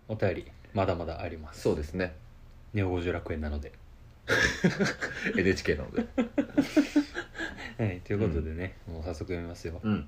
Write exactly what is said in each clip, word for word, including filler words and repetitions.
お便りまだまだあります。 そうですね。 ネオ五条楽園なのでエヌエイチケー なのではい、ということでね、うん、もう早速読みますよ。 うん。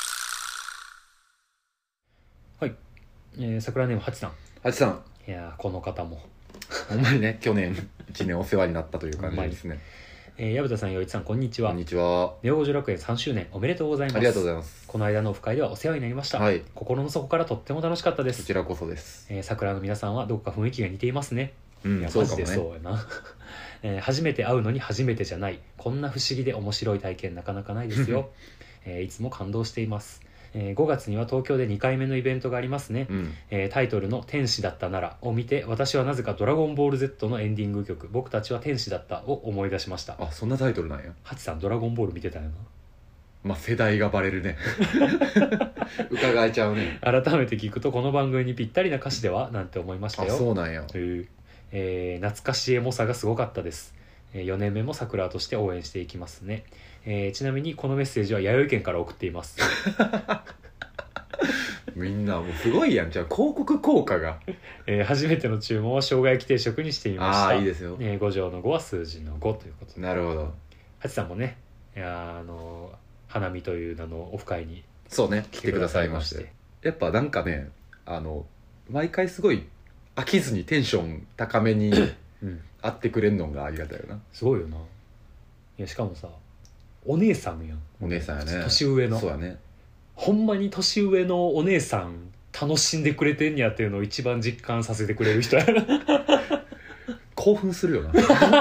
はい、えー、桜ネームはちさん。 はちさん、 いやーこの方もほんまにね、去年いちねんお世話になったという感じですね。 えー、矢蓋さん、陽一さん、こんにちは。 こんにちは。 ネオ五条楽園さんしゅうねんおめでとうございます。 ありがとうございます。 この間のオフ会ではお世話になりました、 はい、 心の底からとっても楽しかったです。 こちらこそです。 えー、桜の皆さんはどこか雰囲気が似ていますね。 うん、 いやそうかもね。 マジでそうやな、えー、初めて会うのに初めてじゃない、こんな不思議で面白い体験なかなかないですよ、えー、いつも感動しています。えー、ごがつには東京でにかいめのイベントがありますね、 うんえー、タイトルの天使だったならを見て、私はなぜかドラゴンボール Z のエンディング曲僕たちは天使だったを思い出しました。 あ、そんなタイトルなんや。 ハチさんドラゴンボール見てたよな。 まあ世代がバレるね伺えちゃうね。 改めて聞くとこの番組にぴったりな歌詞ではなんて思いましたあ、 よ。 そうなんや。 えーえー懐かしいエモさがすごかったです。えーよねんめも桜として応援していきますね。えーちなみにこのメッセージは弥生県から送っていますみんなもうすごいやん。じゃあ広告効果が。 えー初めての注文は生姜焼き定食にしてみました。 ああ、いいですよ。 えー、ご条のごは数字のごということで、 なるほど。 ハチさんもね、いやーあのー花見という名のオフ会にそうね、来てくださいまして。やっぱなんかね、あの毎回すごい飽きずにテンション高めにうん会ってくれるのがありがたいよな。 すごいよな。いやしかもさ、お姉さんやん。 お姉さんやね。 年上の。 そうやね。 ほんまに年上のお姉さん楽しんでくれてんやっていうのを一番実感させてくれる人や興奮するよな。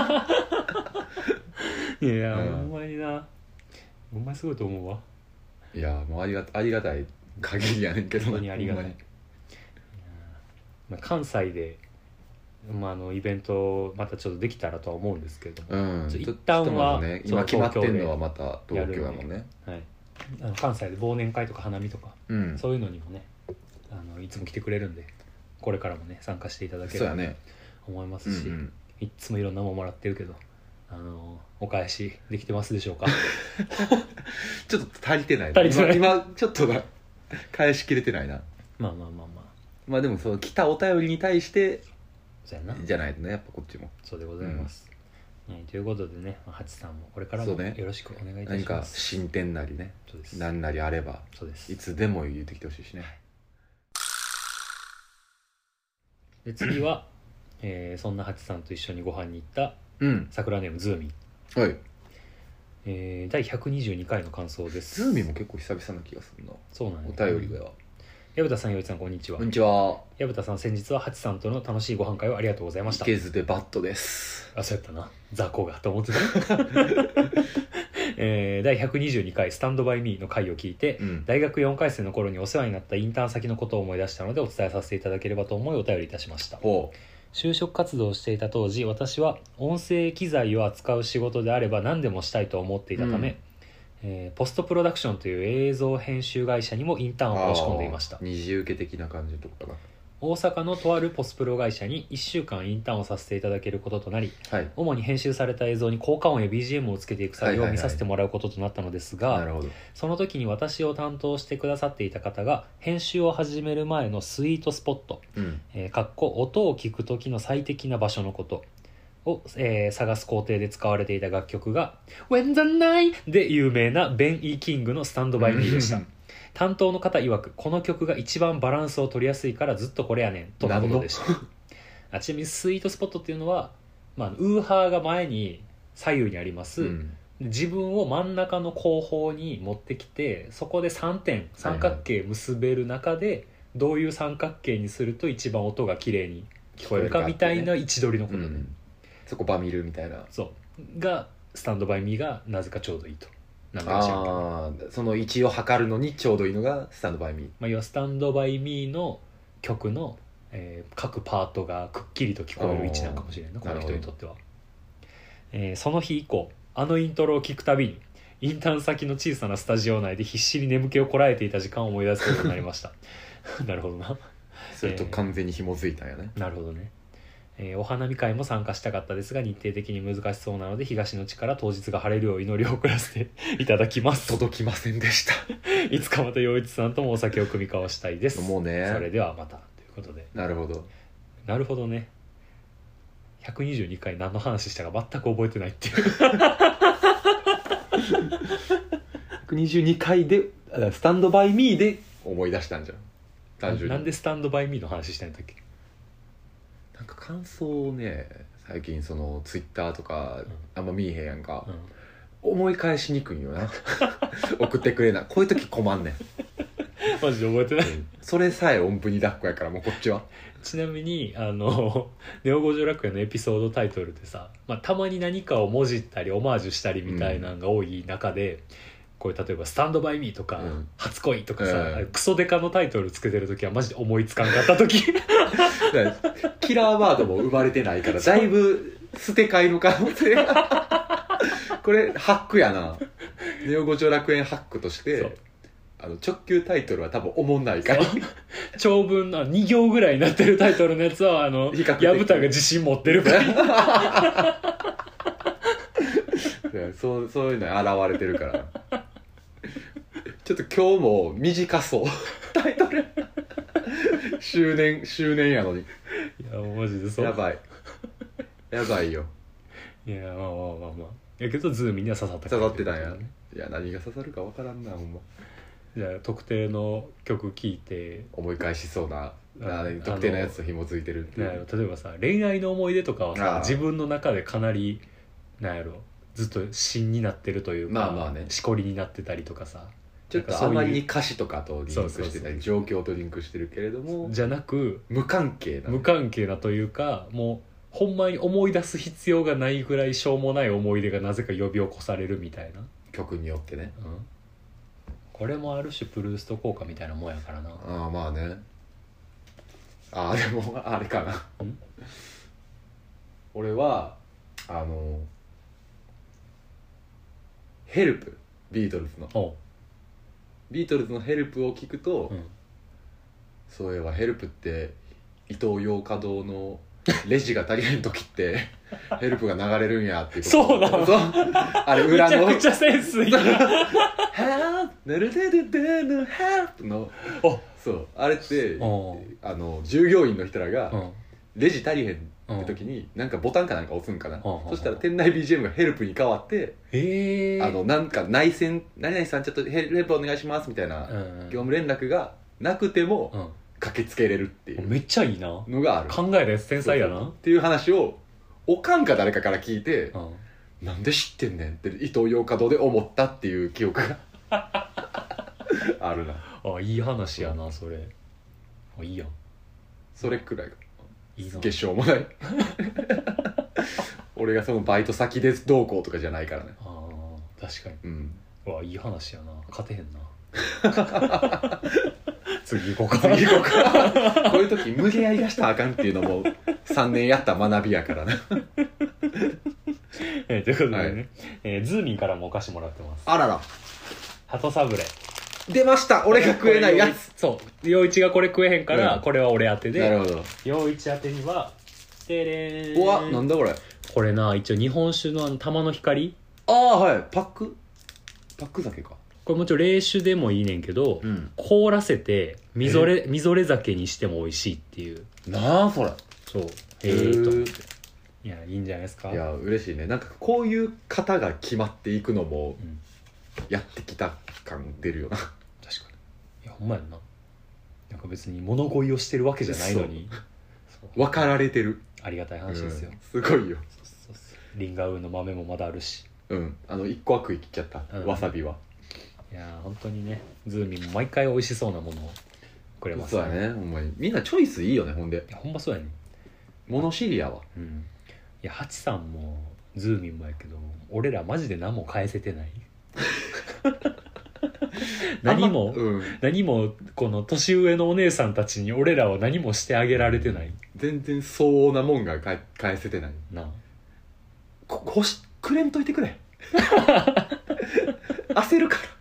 いや、 うん、 ほんまにな、ほんまにすごいと思うわ。 いやもうありがありがたい限りやねんけど、 本当にありがたい。 ほんまに。 まあ、関西で、まあ、あのイベントまたちょっとできたらとは思うんですけども、 うん、 一旦は、 ね、今決まってんのはまた東京やもんね。 はい、あの関西で忘年会とか花見とか、 うん、 そういうのにもね、あのいつも来てくれるんで、これからもね参加していただければと思いますし、 うんうん、 いつもいろんなものもらってるけど、あのお返しできてますでしょうかちょっと足りてない足りてない今, 今ちょっとな返しきれてないな。 まあまあまあまあ、 まあでもその来たお便りに対してそうやな、 じゃないとね、やっぱこっちも。 そうでございます、うん、はい、ということでね、ハチさんもこれからもよろしくお願いいたし何かます。 進展なりね、 そうです、 何なりあればそうです、 いつでも言ってきてほしいしね。 で次は、えーそんなハチさんと一緒にご飯に行ったうん桜ネームズーミン、 はい。 えー、だいひゃくにじゅうにかいの感想です。 ズーミンも結構久々な気がするな。 そうなんおや、 便りでは。 矢蓋さん、陽一さん、こんにちは。 こんにちは。 矢蓋さん、先日はハチさんとの楽しいご飯会をありがとうございました。 いけずでバットです。 あ、そうやったな、雑魚がと思ってた、えー、だいひゃくにじゅうにかいスタンドバイミーの回を聞いて、 うん、 大学よんかい生の頃にお世話になったインターン先のことを思い出したのでお伝えさせていただければと思いお便りいたしました。 ほ就職活動をしていた当時、私は音声機材を扱う仕事であれば何でもしたいと思っていたため、 うんえーポストプロダクションという映像編集会社にもインターンを申し込んでいました。 二次受け的な感じとかかな。 大阪のとあるポスプロ会社にいっしゅうかんインターンをさせていただけることとなり、 はい。 主に編集された映像に効果音や ビージーエム をつけていく作業を見させてもらうこととなったのですが、 なるほど。 その時に私を担当してくださっていた方が編集を始める前のスイートスポット、 うん。 えーかっこ音を聞く時の最適な場所のことを、えー探す工程で使われていた楽曲が When the Night で有名なベン・イー・キングのスタンドバイミーでした。担当の方曰く、この曲が一番バランスを取りやすいからずっとこれやねんとのことでした。あ、ちなみにスイートスポットっていうのは、まあ、ウーハーが前に左右にあります、 うん、 自分を真ん中の後方に持ってきて、そこでさんてん三角形結べる中でどういう三角形にすると一番音が綺麗に聞こえるかみたいな位置取りのことで、 うん、そこバミるみたいな。 そうがスタンドバイミーがなぜかちょうどいいと。なんでか知らんけど、 ああ、その位置を測るのにちょうどいいのがスタンドバイミー。 まあ、要はスタンドバイミーの曲の、えー各パートがくっきりと聞こえる位置なのかもしれないな、この人にとっては。えーその日以降、あのイントロを聞くたびにインターン先の小さなスタジオ内で必死に眠気をこらえていた時間を思い出すことになりましたなるほどな。 それと完全に紐づいたんやね。 なるほどね。えーお花見会も参加したかったですが日程的に難しそうなので東の地から当日が晴れるよう祈りを送らせていただきます届きませんでしたいつかまた陽一さんともお酒を酌み交わしたいです。 もうね。 それではまたということで、 なるほど。 なるほどね。ひゃくにじゅうにかい何の話したか全く覚えてないっていうひゃくにじゅうにかいでスタンドバイミーで思い出したんじゃん単純に。 なんでスタンドバイミーの話したんだっけ。 なんか感想をね最近そのツイッターとかあんま見えへんやんか、 うん、 思い返しにくいよな送ってくれない。こういう時困んねんマジで覚えてない、 うんそれさえ音符に抱っこやからもうこっちは。 ちなみにあのネオ五条楽園のエピソードタイトルでさ、まあ、たまに何かをもじったりオマージュしたりみたいなのが多い中で、うん、こういう例えば「スタンドバイミー」とか、うん、初恋とかさ、えー、クソデカのタイトルつけてる時はマジで思いつかんかった時キラーワードも生まれてないからだいぶ捨て替えの可能性がこれハックやな。ネオ五条楽園ハックとしてあの直球タイトルは多分おもんないから長文のに行ぐらいになってるタイトルのやつはあの薮田が自信持ってるからそうそういうのに現れてるからちょっと今日も短そうタイトル周年周年やのに。いやマジでそうやばいやばいよ。 いやまあまあまあまあやけどズーミンには刺さった刺さってたんや。いや何が刺さるか分からんなほんま。 じゃあ特定の曲聴いて思い返しそうな特定のやつと紐づいてるっていう。 例えばさ恋愛の思い出とかはさ自分の中でかなりなんやろずっと芯になってるというか、 まあまあね、 しこりになってたりとかさちょっとあまりに歌詞とかとリンクしてたり状況とリンクしてるけれどもじゃなく無関係な無関係なというかもうほんまに思い出す必要がないぐらいしょうもない思い出がなぜか呼び起こされるみたいな曲によってね、 うん、これもある種プルースト効果みたいなもんやからな。 ああまあね。ああでもあれかな俺はあのヘルプビートルズのビートルズのヘルプを聞くと、うん、そういえばヘルプってイトーヨーカドーのレジが足りない時ってヘルプが流れるんやっていうことそうなのあれ裏のめちゃくちゃセンスいいなハールデデデデハープのそうあれってあの従業員の人らがレジ足りへんって時になんかボタンかなんか押すんかな、そしたら店内 ビージーエム がヘルプに変わって、 へあのなんか内線何々さんちょっとヘルプお願いしますみたいな業務連絡がなくても、うん駆けつけれるっていうめっちゃいいなのがある。 考えたやつ天才やな。 そうそうっていう話をおかんか誰かから聞いて、うん、なんで知ってんねんってイトーヨーカドーで思ったっていう記憶があるなあ。いい話やなそれ。あいいやんそれくらいがいいな。 月賞もない俺がそのバイト先でどうこうとかじゃないからね。 ああ確かに、 うん、 うわいい話やな。勝てへんな次行こうか次行こうかこういう時無理やり出したらあかんっていうのもさんねんやった学びやからなえー、ということでね、はいえー、ズーミンからもお菓子もらってます。 あらら鳩サブレ出ました。俺が食えないやつ。 そう陽一がこれ食えへんから、うん、これは俺当てで。 なるほど。 陽一当てにはてれーん。 うわなんだこれ。 これな一応日本酒のあの玉の光。 ああはいパックパック酒か。 これもちろん冷酒でもいいねんけど、うん、凍らせてみぞれみぞれ酒にしても美味しいっていう。 なあそれ。 そうへえと思って。いやいいんじゃないですか。 いや嬉しいね。なんかこういう型が決まっていくのも、うん、やってきた感出るよな。確かに。いやほんまやんな。なんか別に物乞いをしてるわけじゃないのに分かられてる。 ありがたい話ですよ、 うん、すごいよ。 そうそうそうリンガウーの豆もまだあるし。 うんあの一個は食い切っちゃった、うん、わさびは。 いや本当にねズーミンも毎回美味しそうなものをくれますね。 そうだねほんまにみんなチョイスいいよね。ほんでいやほんまそうやね。 物知りやわ。 うん。いやハチさんもズーミンもやけど俺らマジで何も返せてない何も、うん、何もこの年上のお姉さんたちに俺らは何もしてあげられてない。 全然相応なもんが返返せてないなあ。 ここしくれんといてくれ焦るから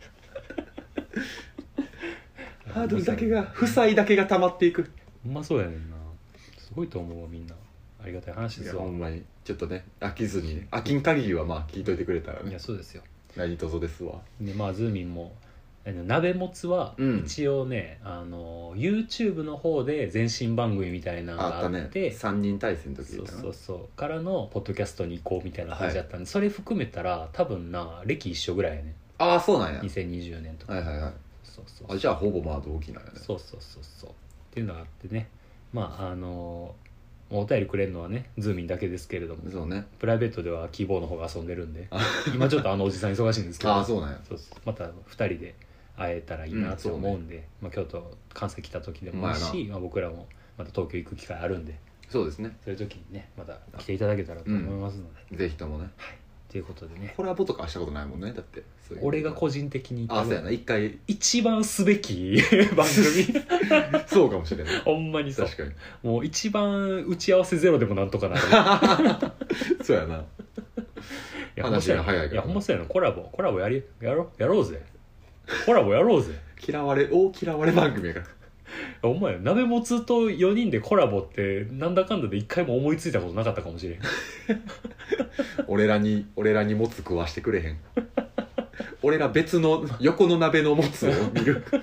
ハードルだけが負債だけが溜まっていく。 ほんまそうやねんな。すごいと思うわみんな。ありがたい話ですわ。 ほんまにちょっとね飽きずにね飽きん限りはまあ聞いといてくれたらね。 いやそうですよ。 何卒ですわ。 でまあズーミンも、 鍋もつはうん一応ね、あの YouTube の方で前身番組みたいなのがああっ、 ってたねさんにん対戦の時そうだったなそうそうからのポッドキャストに行こうみたいな感じだったんで、それ含めたら多分な歴一緒ぐらいやね。 ああそうなんやにせんにじゅうねんとか、 はいはいはいそうそうあじゃあほぼまあ同期なんやねそうそうそうそうっていうのがあってね、まああのお便りくれるのはねズーミンだけですけれども、 そうねプライベートではキーボーの方が遊んでるんで今ちょっとあのおじさん忙しいんですけど、 ああそうなんやそうそうまたふたりで会えたらいいなと思うんで、まあ、京都関西来た時でもいいし、まあ、僕らもまた東京行く機会あるんで、 そうですねそういう時にねまた来ていただけたらと思いますので、 ぜひともねということでね、 コラボとかしたことないもんねだってそういう俺が個人的にあそうやな一回一番すべき番組そうかもしれないほんまにそう確かにもう一番打ち合わせゼロでもなんとかなるそうやないや話が早いからいやほんまそうやな、コラボコラボやりやろやろうぜコラボやろうぜ嫌われ大嫌われ番組やからお前鍋もつとよにんでコラボってなんだかんだで一回も思いついたことなかったかもしれん俺らに俺らにもつ食わしてくれへん俺ら別の横の鍋のもつを見るそう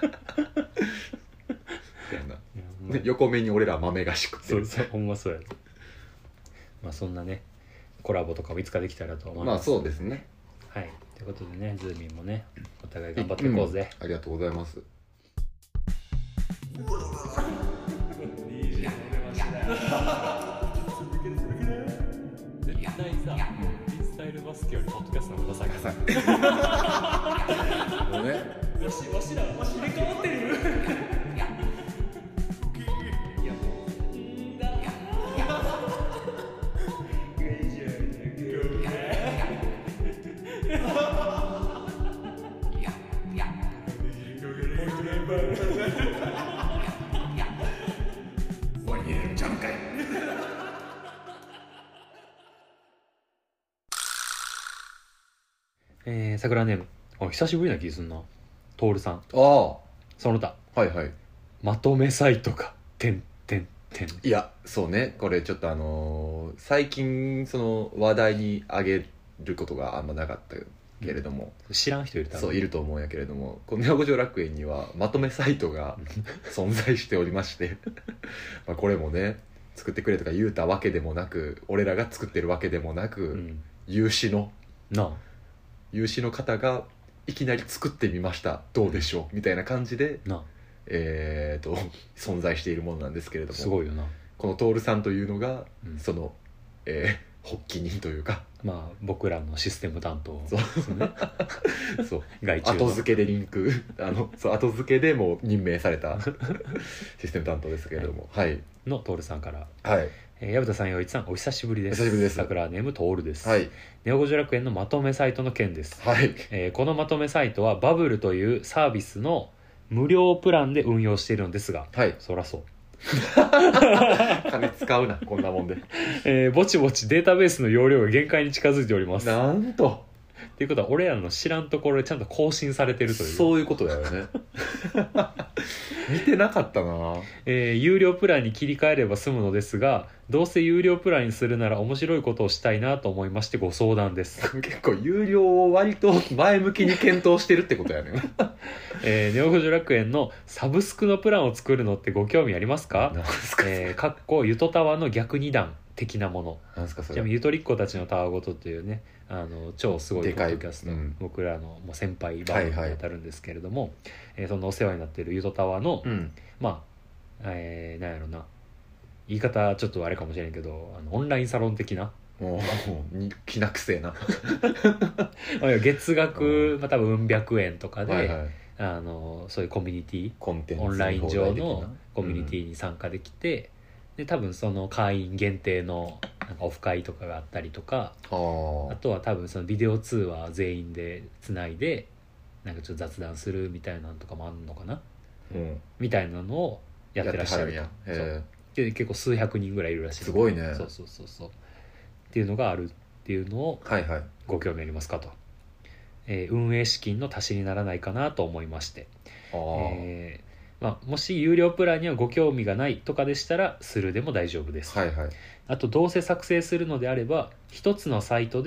やな、ね、横目に俺ら豆菓子食ってるそうそうほんまそうやまあそんなねコラボとかもいつかできたらと思います。 まあそうですねはいということでねズーミンもねお互い頑張っていこうぜ、 うん、ありがとうございます絶対さ、フリースタイルバスケよりポッドキャストの方が先さもうねわしわしらわし入れ替わってるえー、桜ネームあ久しぶりな気すんなトールさんああその他はいはいまとめサイトかてんてんてんいやそうねこれちょっとあのー最近その話題に上げることがあんまなかったけれども、 知らん人いる多分そういると思うんやけれどもこのネオ五条楽園にはまとめサイトが存在しておりましてまあこれもね作ってくれとか言うたわけでもなく俺らが作ってるわけでもなく、 うん、 有志のなあ有志の方がいきなり作ってみましたどうでしょうみたいな感じで、 なあえー、と存在しているものなんですけれどもすごいよな、 この徹さんというのが、 うん、 その、えー、発起人というかまあ僕らのシステム担当そうですねそう外注の後付けでリンクあのそう後付けでもう任命されたシステム担当ですけれどもはいのトールさんからはいえー、矢蓋さん陽一さんお久しぶりです。 お久しぶりです桜ネームトールです。 はいネオ五条楽園のまとめサイトの件です、 はいえーこのまとめサイトはバブルというサービスの無料プランで運用しているのですが、 はいそらそう、 金使うなこんなもんでえーぼちぼちデータベースの容量が限界に近づいております。っなんとていうことは俺らの知らんところでちゃんと更新されてるというそういうことだよね見てなかったなえー有料プランに切り替えれば済むのですが、どうせ有料プランにするなら面白いことをしたいなと思いましてご相談です、 結構有料を割と前向きに検討してるってことやねえーネオ五条楽園のサブスクのプランを作るのってご興味ありますか？ なんすか、 えー、かっこゆとタワーの逆二段的なもの。 なんすかそれちなみにゆとりっ子たちのタワーごとというね、あの超すごいでかいポッドキャスト、 うん、 僕らのもう先輩番組に当たるんですけれども、はいはい、えー、そのお世話になっているゆとタワーの、 うん、 まあ、えー、なんやろな、言い方ちょっとあれかもしれんけど、あのオンラインサロン的なもうにきなくせえな月額、まあ、多分うん百円とかで、 はいはい、 あのそういうコミュニティコンテンツオンライン上のコミュニティ、 ィに参加できて、うん、で多分その会員限定のなんかオフ会とかがあったりとか、 うん、 あとは多分そのビデオ通話全員でつないでなんかちょっと雑談するみたいなのとかもあるのかな、 うん、 みたいなのをやってらっしゃると。 やってはるんや。へそうで結構数百人ぐらいいるらしい。 すごいね。 そうそうそうそうっていうのがあるっていうのをはいはい、 ご興味ありますかと、えー運営資金の足しにならないかなと思いまして、 あ、 えーまあ、もし有料プランにはご興味がないとかでしたらスルーでも大丈夫です、 はいはい、 あとどうせ作成するのであれば一つのサイトで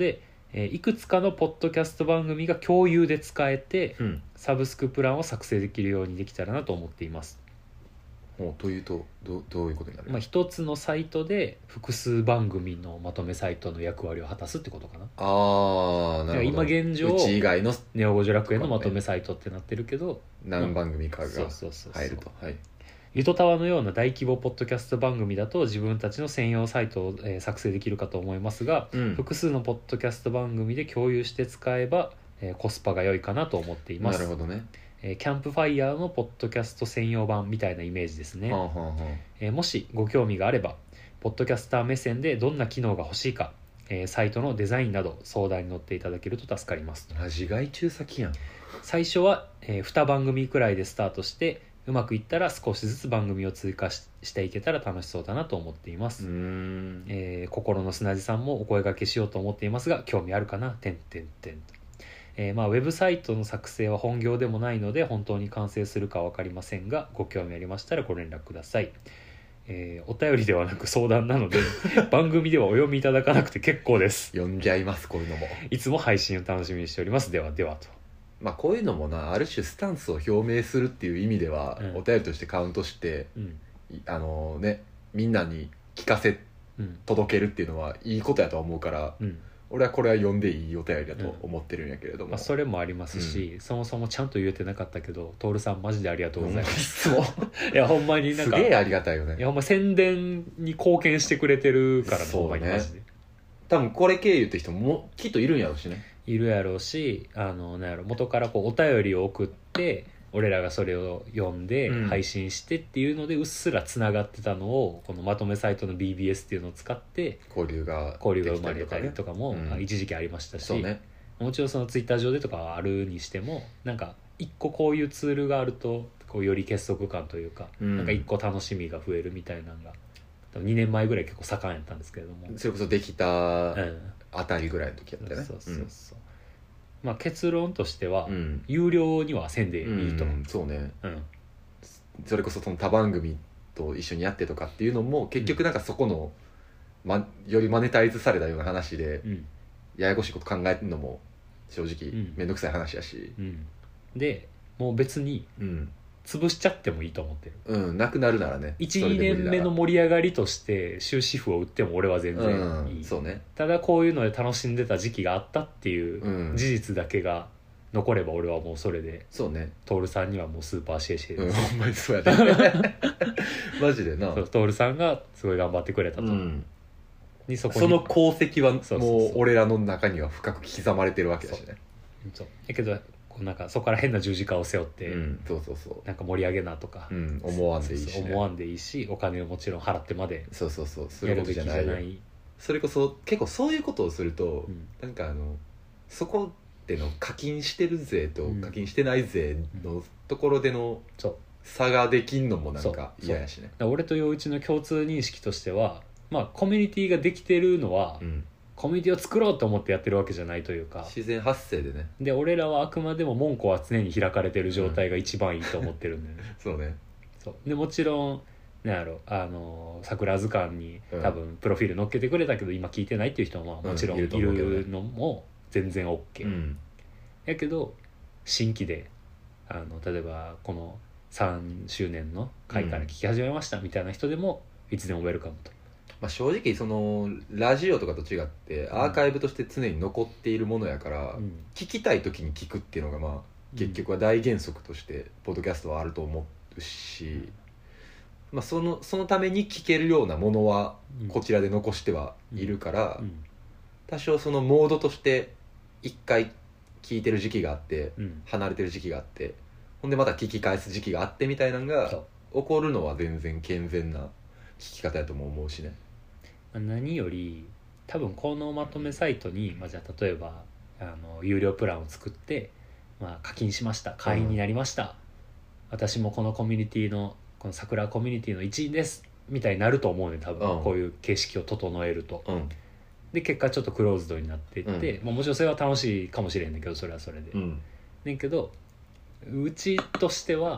えーいくつかのポッドキャスト番組が共有で使えてうんサブスクプランを作成できるようにできたらなと思っています。 ほうというとどどういうことになる、 まあ、一つのサイトで複数番組のまとめサイトの役割を果たすってことかな。 ああなるほど。 今現状うち以外のネオ五条楽園のまとめサイトってなってるけど、 何番組かがそうそうそうそう入ると。はいゆとたわのような大規模ポッドキャスト番組だと自分たちの専用サイトを、えー作成できるかと思いますが、 うん複数のポッドキャスト番組で共有して使えば、えーコスパが良いかなと思っています。 なるほどね。 えーキャンプファイヤーのポッドキャスト専用版みたいなイメージですね。 はあはあはえーもしご興味があればポッドキャスター目線でどんな機能が欲しいか、えーサイトのデザインなど相談に乗っていただけると助かります。 あ、ラジ外注先やん。 最初は、えーに番組くらいでスタートしてうまくいったら少しずつ番組を追加 し, していけたら楽しそうだなと思っています。 うーんえー心の砂地さんもお声掛けしようと思っていますが興味あるかなてんてんてんと、えーまあ、ウェブサイトの作成は本業でもないので本当に完成するか分かりませんがご興味ありましたらご連絡ください。えーお便りではなく相談なので番組ではお読みいただかなくて結構です。 読んじゃいますこういうのも。 いつも配信を楽しみにしております。ではではと。 まあこういうのもな、ある種スタンスを表明するっていう意味では、 うんお便りとしてカウントしてうんいあのねみんなに聞かせうん届けるっていうのはいいことやとは思うから、 うん俺はこれは読んでいいお便りだと思ってるんやけれども、 まあ、それもありますし、そもそもちゃんと言えてなかったけど徹さんマジでありがとうございまいす。 つもいやほんまになんかすげえありがたいよね。 いやほんま宣伝に貢献してくれてるからね、 そうねほんまにマジで多分これ経由って人もきっといるんやろうしね。 いるやろうし、あのなんやろ元からこうお便りを送って俺らがそれを読んでうん配信してっていうのでうっすらつながってたのをこのまとめサイトの ビービーエス っていうのを使って交流が交流が生まれたりとかかも、 うんあ一時期ありましたし、 そうね。 もちろんそのツイッター上でとかはあるにしてもなんか一個こういうツールがあるとこうより結束感というか、 うんなんか一個楽しみが増えるみたいなのが多分にねんまえぐらい結構盛んやったんですけれども、 それこそできたうんあたりぐらいの時やったよね。 そうそうそうそう、まあ結論としては、 うん有料にはせんでいいと、 うんそうね。 うんそれこそその他番組と一緒にやってとかっていうのも結局なんかそこの、ま、よりマネタイズされたような話でうんややこしいこと考えるのも正直うん面倒くさい話やし、 うん、でもう別にうん潰しちゃってもいいと思ってる。 うん、なくなるならねいちにねんめの盛り上がりとして終止符を打っても俺は全然いい、 うん、そうね、 ただこういうので楽しんでた時期があったっていううん、 事実だけが残れば俺はもうそれでそうね、 徹さんにはもうスーパーシェイシェイうん、 です、 ほんまにそうやねマジでな、 そう徹さんがすごい頑張ってくれたと、 うん、 にそこにその功績はそうそうそうもう俺らの中には深く刻まれてるわけだしね。 そうだけどこうなんかそこから変な十字架を背負って、 うん、そうそうそう、 なんか盛り上げなとか、 うん、思わんでいいし、ね、 そうそう思わんでいいしお金をもちろん払ってまでそうそうそうすやることるべきじゃなじゃないいそれこそ結構そういうことをすると、 うんなんかあのそこでの課金してる税とうん課金してない税のところでのそう差ができんのもなんかそう嫌やしね。 だから俺と陽一の共通認識としてはまあコミュニティができてるのは、 うん、 コミュニティを作ろうと思ってやってるわけじゃないというか、 自然発生でね。 で俺らはあくまでも門戸は常に開かれてる状態が一番いいと思ってるんだよね、 そうね。 そうでもちろんなんやろあの桜図鑑にうん多分プロフィール載っけてくれたけど、今聞いてないっていう人もまあもちろんいうんいると思うけどねるのも全然 OK、 うんやけど新規であの例えばこのさんしゅうねんの回から聞き始めましたみたいな人でもいつでもウェルカムと、 まあ、正直そのラジオとかと違ってアーカイブとして常に残っているものやから、 うん聞きたい時に聞くっていうのがまあ結局は大原則としてポッドキャストはあると思うし、まあ、そのそのために聞けるようなものはうんこちらで残してはいるから、 うん多少そのモードとして一回聞いてる時期があってうん離れてる時期があってほんでまた聞き返す時期があってみたいなのがそう起こるのは全然健全な聞き方やとも思うしね。 まあ何より多分このまとめサイトに、まあ、じゃあ例えばあの有料プランを作って、まあ、課金しました会員になりました、うん、私もこのコミュニティのこの桜コミュニティの一員ですみたいになると思うね多分、 うん、 こういう形式を整えると、 うん、 で結果ちょっとクローズドになっていって、 うんまあ、もちろんそれは楽しいかもしれんねんけどそれはそれで、 うんねんけどうちとしては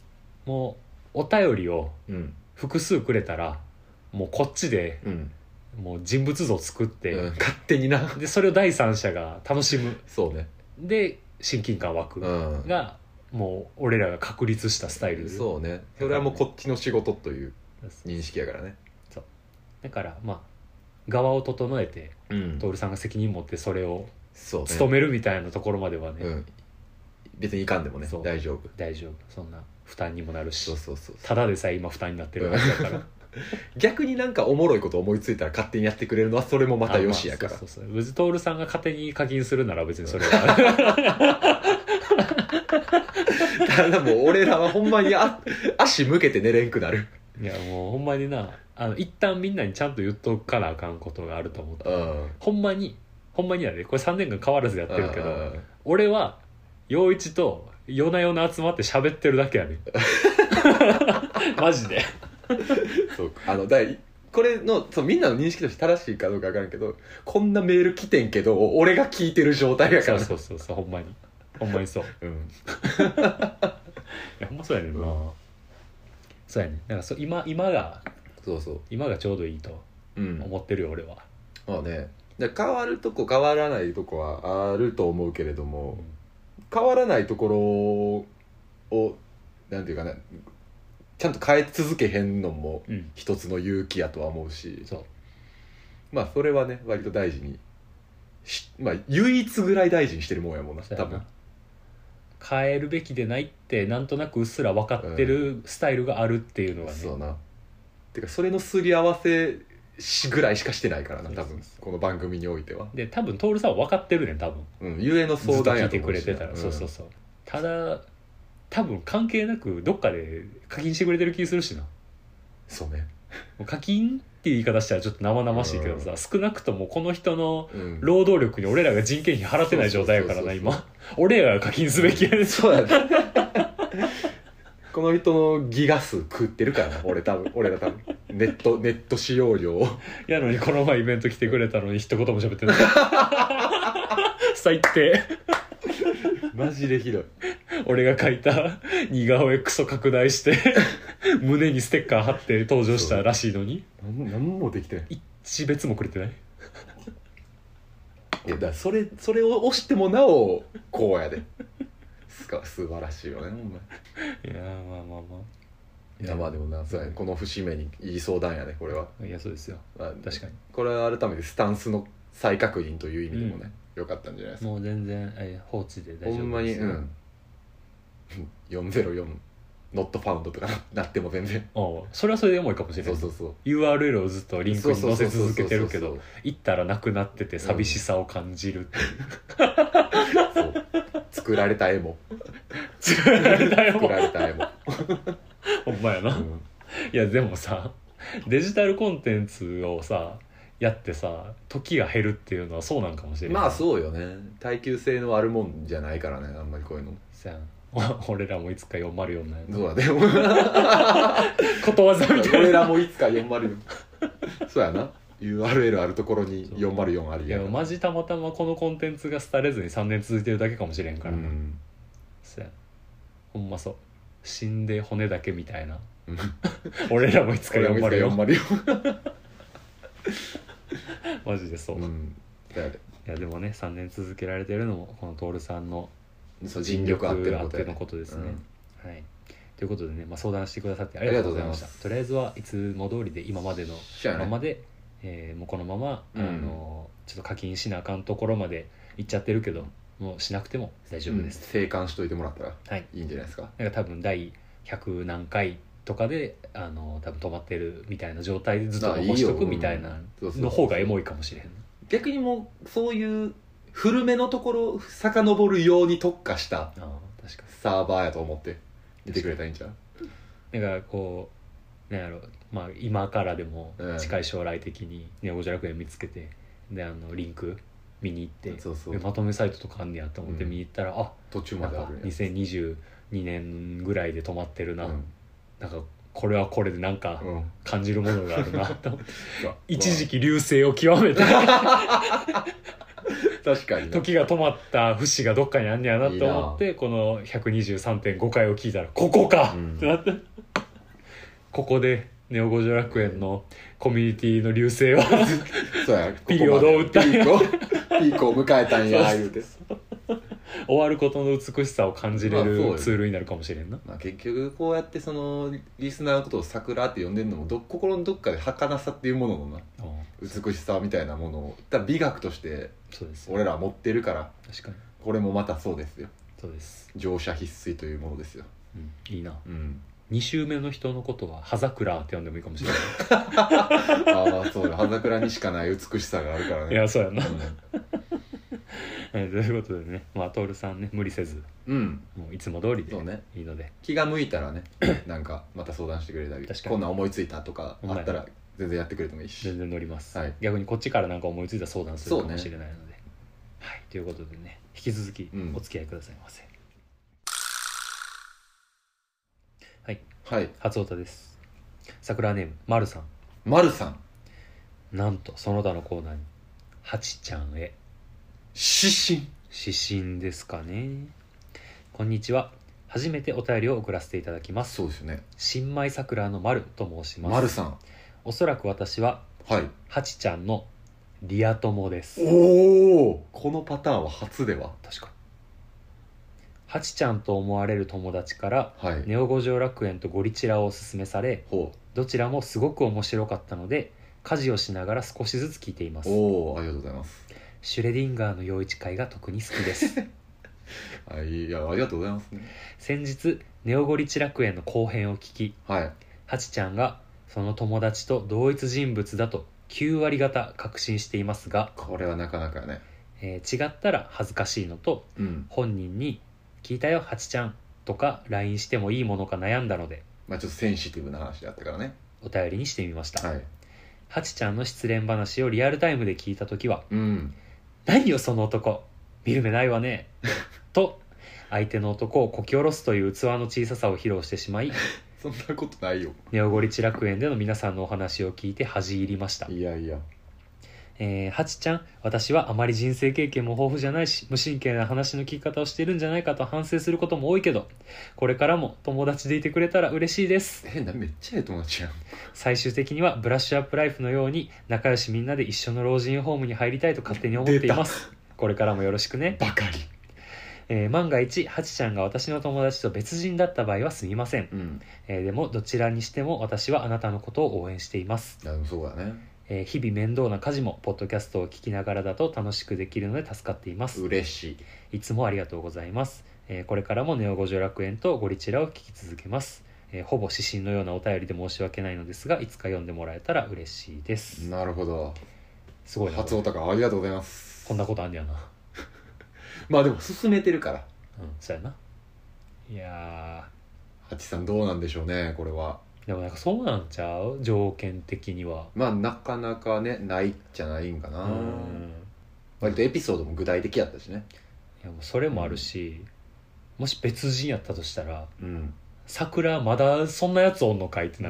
もうお便りをうん複数くれたらもうこっちでうんもう人物像作って、 うん、勝手になでそれを第三者が楽しむ。 そうね。 で親近感湧くが、うん、もう俺らが確立したスタイル。 そうね。それはもうこっちの仕事という認識やからね。 そうだからまあ側を整えて、 うん、 徹さんが責任持ってそれをそう、ね、 務めるみたいなところまではね、うん、 別にいかんでもね大丈夫大丈夫。そんな負担にもなるし、 そうそうそうそう、 ただでさえ今負担になってるわけだから逆になんかおもろいこと思いついたら勝手にやってくれるのはそれもまたよしやから、まあ、そうそうそう、うずとおるさんが勝手に課金するなら別にそれはただもう俺らはほんまにあ足向けて寝れんくなる。 いやもうほんまにな、あの一旦みんなにちゃんと言っとかなあかんことがあると思って、うん、ほんまにほんまにやで、これさんねんかん変わらずやってるけど、うん、俺は陽一と夜な夜な集まって喋ってるだけやねマジでそうあのだいこれのそうみんなの認識として正しいかどうか分からんけど、こんなメール来てんけど俺が聞いてる状態やから。 そうそうそうそう、ほんまにほんまにそう、うん、いやほんまそうやねんな、うん、そうやねん。だからそ今今がそうそう今がちょうどいいと思ってるよ、うん、俺は。 まあね、で変わるとこ変わらないとこはあると思うけれども、うん、変わらないところをなんていうかな、ちゃんと変え続けへんのも一つの勇気やとは思うし、うん、そうまあそれはね割と大事にし、まあ唯一ぐらい大事にしてるもんやもんな多分。 変えるべきでないってなんとなくうっすら分かってるスタイルがあるっていうのはね、うん、 そうな。てかそれのすり合わせしぐらいしかしてないからな多分この番組においては。 で多分徹さんは分かってるねん多分、 うん、ゆえの相談やと思うし、 ずっと聞いてくれてたら、うん、そうそうそう。ただ多分関係なくどっかで課金してくれてる気するしな。 そうね。 課金って言い方したらちょっと生々しいけどさ、うん、少なくともこの人の労働力に俺らが人件費払ってない状態やからな今。俺らが課金すべきやね。 そうやねこの人のギガ数食ってるからな俺多分俺ら多分ネットネット使用料やのにこの前イベント来てくれたのに一言も喋ってない最低マジでひどい。 俺が書いた似顔絵クソ拡大して胸にステッカー貼って登場したらしいのに何もできてない。 一別もくれてない。 いやだからそれそれを押してもなおこうやですか素晴らしいよねほんま。 いやまあまあまあいやまあでもな、そうやね、この節目にいい相談やねこれは。 いやそうですよ、まあ、確かにこれは改めてスタンスの再確認という意味でもね、うん、よかったんじゃないですか。 もう全然え放置で大丈夫です。 ほんまにうんよんぜろよん not found とかなっても全然おそれはそれで重いかもしれない。 そうそうそうユーアールエル をずっとリンクに載せ続けてるけど行ったらなくなってて寂しさを感じるっていう、 うん、そう作られた絵も作られた絵も作られた絵もほんまやな、うん、いやでもさデジタルコンテンツをさやってさ時が減るっていうのはそうなんかもしれない。 まあそうよね。耐久性のあるもんじゃないからねあんまりこういうの。 そうやん俺らもいつかよんまるよんなんやそうだねことわざみたいな。 俺らもいつかよんまるよんそうやな ユーアールエル あるところによんまるよんありや。 いやマジたまたまこのコンテンツが廃れずにさんねん続いてるだけかもしれんから、うん、そうやほんまそう死んで骨だけみたいな俺らもいつかよんまるよんマジでそう、うん、いやでもねさんねん続けられてるのもこの徹さんのそう尽力あってのことのことですね、うん、はいということでね、まあ、相談してくださってありがとうございました。とりあえずはいつも通りで今までのままで、ねえー、もうこのまま、うん、あのちょっと課金しなあかんところまで行っちゃってるけどもうしなくても大丈夫です、 うん、静観しといてもらったらいいんじゃないですか、はい、 なんか多分第ひゃく何回とかであの多分止まってるみたいな状態でずっと残しとくみたいなの方がエモいかもしれへん。 逆にもうそういう古めのところ遡るように特化したサーバーやと思って見てくれたらいいんちゃう。 だからこうなんやろ、まあ、今からでも近い将来的にネオ五条楽園見つけてであのリンク見に行ってそうそうまとめサイトとかあんねやと思って見に行ったら、うん、あ途中まであるんやにせんにじゅうにねんぐらいで止まってるな、うん、なんかこれはこれでなんか感じるものがあるなと思って、うん、一時期流星を極めて確かに時が止まった節がどっかにあんねやなと思っていいこの ひゃくにじゅうさんてんご 回を聞いたらここか、うん、ってなってここでネオ五条楽園のコミュニティの流星はそうやピーをどう打ったんやピーコピーコを迎えたんや言うて終わることの美しさを感じれるまあツールになるかもしれんな、 まあ、結局こうやってそのリスナーのことを桜って呼んでるのもど心のどっかで儚さっていうもののな美しさみたいなものをだ美学としてそうですよ俺らは持ってるから確かにこれもまたそうですよそうです、 乗車必須というものですよ、 うん、いいな、 うん、 に週目の人のことは葉桜って呼んでもいいかもしれないああそうだ葉桜にしかない美しさがあるからねいやそうやな、 うんということでね、まあ、徹さんね無理せず、 うん、 もういつも通りでそうねいいので、 気が向いたらねなんかまた相談してくれたり確かにこんなん思いついたとかあったら全然やってくれてもいいし全然乗ります、 はい、 逆にこっちからなんか思いついた相談するかもしれないので、ね、はいということでね引き続きお付き合いくださいませ、うん、はいはい初太です桜ネームまるさんまるさんなんとその他のコーナーにはちちゃんへ指針指針ですかね。こんにちは。初めてお便りを送らせていただきます。 そうですよね。 新米桜の丸と申します。 丸さん。 おそらく私は、 はい、 はちちゃんのリア友です。 おお、このパターンは初では。 確かに。はちちゃんと思われる友達から、 はい、 ネオ五条楽園とゴリチラをおすすめされ、どちらもすごく面白かったので、家事をしながら少しずつ聞いています。 おお、ありがとうございます。 シュレディンガーの陽一会が特に好きですあ、いや、ありがとうございますね。 先日ネオゴリチ楽園の後編を聞き、 はい、 はちちゃんがその友達と同一人物だときゅうわり方確信していますが、 これはなかなかね、 えー、違ったら恥ずかしいのと、うん、本人に聞いたよはちちゃんとか ライン してもいいものか悩んだので、 まあ、ちょっとセンシティブな話だったからね、 お便りにしてみました。 はい、 はちちゃんの失恋話をリアルタイムで聞いたときは、 うん、 何よその男見る目ないわねと相手の男をこき下ろすという器の小ささを披露してしまいそんなことないよ。 ネオゴリチ楽園での皆さんのお話を聞いて恥じ入りました。 いやいや、 えー、はちちゃん、私はあまり人生経験も豊富じゃないし無神経な話の聞き方をしているんじゃないかと反省することも多いけど、これからも友達でいてくれたら嬉しいです。 え、なめっちゃええ友達やん。 最終的にはブラッシュアップライフのように仲良しみんなで一緒の老人ホームに入りたいと勝手に思っています。これからもよろしくね。 ばかり。 えー、万が一はちちゃんが私の友達と別人だった場合はすみません、うん、えー、でもどちらにしても私はあなたのことを応援しています。 いやでもそうだね、 えー、日々面倒な家事もポッドキャストを聞きながらだと楽しくできるので助かっています。 嬉しい。いつもありがとうございます。えー、これからもネオ五条楽園とゴリチラを聞き続けます。えー、ほぼ指針のようなお便りで申し訳ないのですが、いつか読んでもらえたら嬉しいです。 なるほど、 すごいな。 初おたかありがとうございます。 こんなことあんねやなまあでも進めてるから、 うん、そうやな。いやーハチさんどうなんでしょうね、これは。 でもなんかそうなんちゃう、条件的には。 まあなかなかねないじゃないんかな。うん、割とエピソードも具体的やったしね。 いやもうそれもあるし、うん、もし別人やったとしたら、 うん、 桜まだそんなやつおんのかいってなる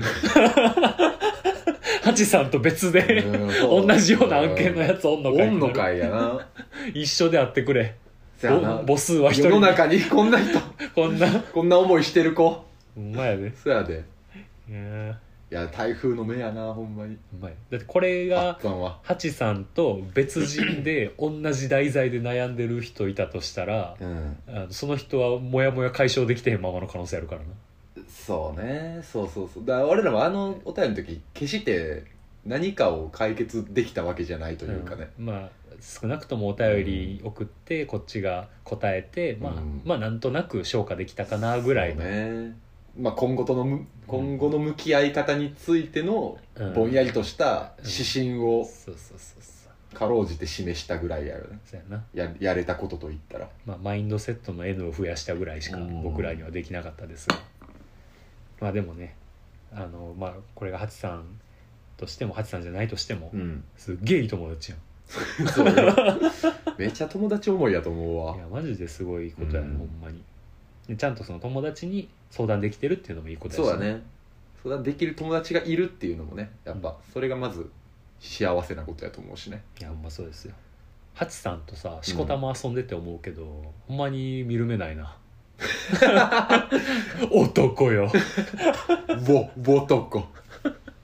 ハチさんと別で同じような案件のやつおんのかいってなる。 おんのかいやな一緒で会ってくれ。 母母数は一人。 世の中にこんな人こんなこんな思いしてる子。 ほんまやで。 そやで。 いや、 いや台風の目やなほんまに。 ほんまや。だってこれがハチさんと別人で同じ題材で悩んでる人いたとしたら、うん、あのその人はモヤモヤ解消できてへんままの可能性あるからな。 そうね、そうそうそう。だから俺らもあのお便りの時決して何かを解決できたわけじゃないというかね、 うん、まあ少なくともお便り送ってこっちが答えて、うん、まあ、まあなんとなく消化できたかなぐらいの、 ね、まあ、今後との今後の向き合い方についてのぼんやりとした指針をかろうじて示したぐらいやよね。 そうやな。 や、やれたことといったら、 まあ、マインドセットの N を増やしたぐらいしか僕らにはできなかったですが、まあでもね、あの、まあ、これがハチさんとしてもハチさんじゃないとしても、うん、すっげえいい友達やんそうめっちゃ友達思いやと思うわ。 いやマジですごいことやね、うん、ほんまに。でちゃんとその友達に相談できてるっていうのもいいことやし、ね、 そうだね。相談できる友達がいるっていうのもね、やっぱそれがまず幸せなことやと思うしね。 いやほんまそうですよ。ハチさんとさしこたま遊んでて思うけど、うん、ほんまに見る目ないな男よぼ、ぼとこ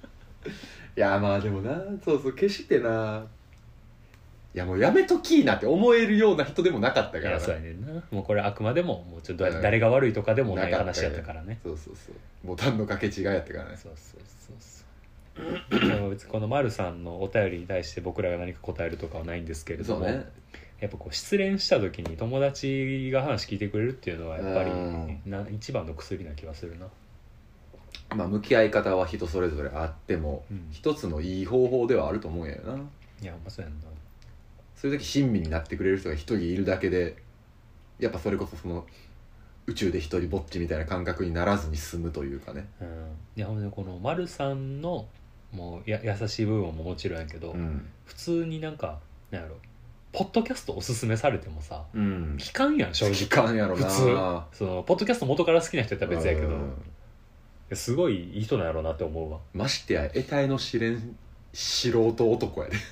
やまあでもな、そうそう決してな、いやもうやめときーなって思えるような人でもなかったからな。 いやそうやねんな。もうこれあくまでももうちょっとうん誰が悪いとかでもないなかった話やったからね。 そうそうそう、ボタンの掛け違いやったからね。 そうそうそうそうでも別にこの丸さんのお便りに対して僕らが何か答えるとかはないんですけれども、 そうね、 やっぱこう失恋した時に友達が話聞いてくれるっていうのはやっぱりうんな一番の薬な気がするな。 まあ向き合い方は人それぞれあっても、 うん一つのいい方法ではあると思うんやよな。 いやほんまそうやんな。 そういう時親身になってくれる人が一人いるだけで、やっぱそれこそその宇宙で一人ぼっちみたいな感覚にならずに済むというかね。 うん、いやほんでこの丸さんのもうや優しい部分ももちろんやけど、 うん、 普通になんかなんやろポッドキャストおすすめされてもさうん、 聞かんやん正直。 聞かんやろな。 普通そのポッドキャスト元から好きな人やったら別やけど、 うんすごいいい人なんやろうなって思うわ。 ましてや得体の知れん素人男やで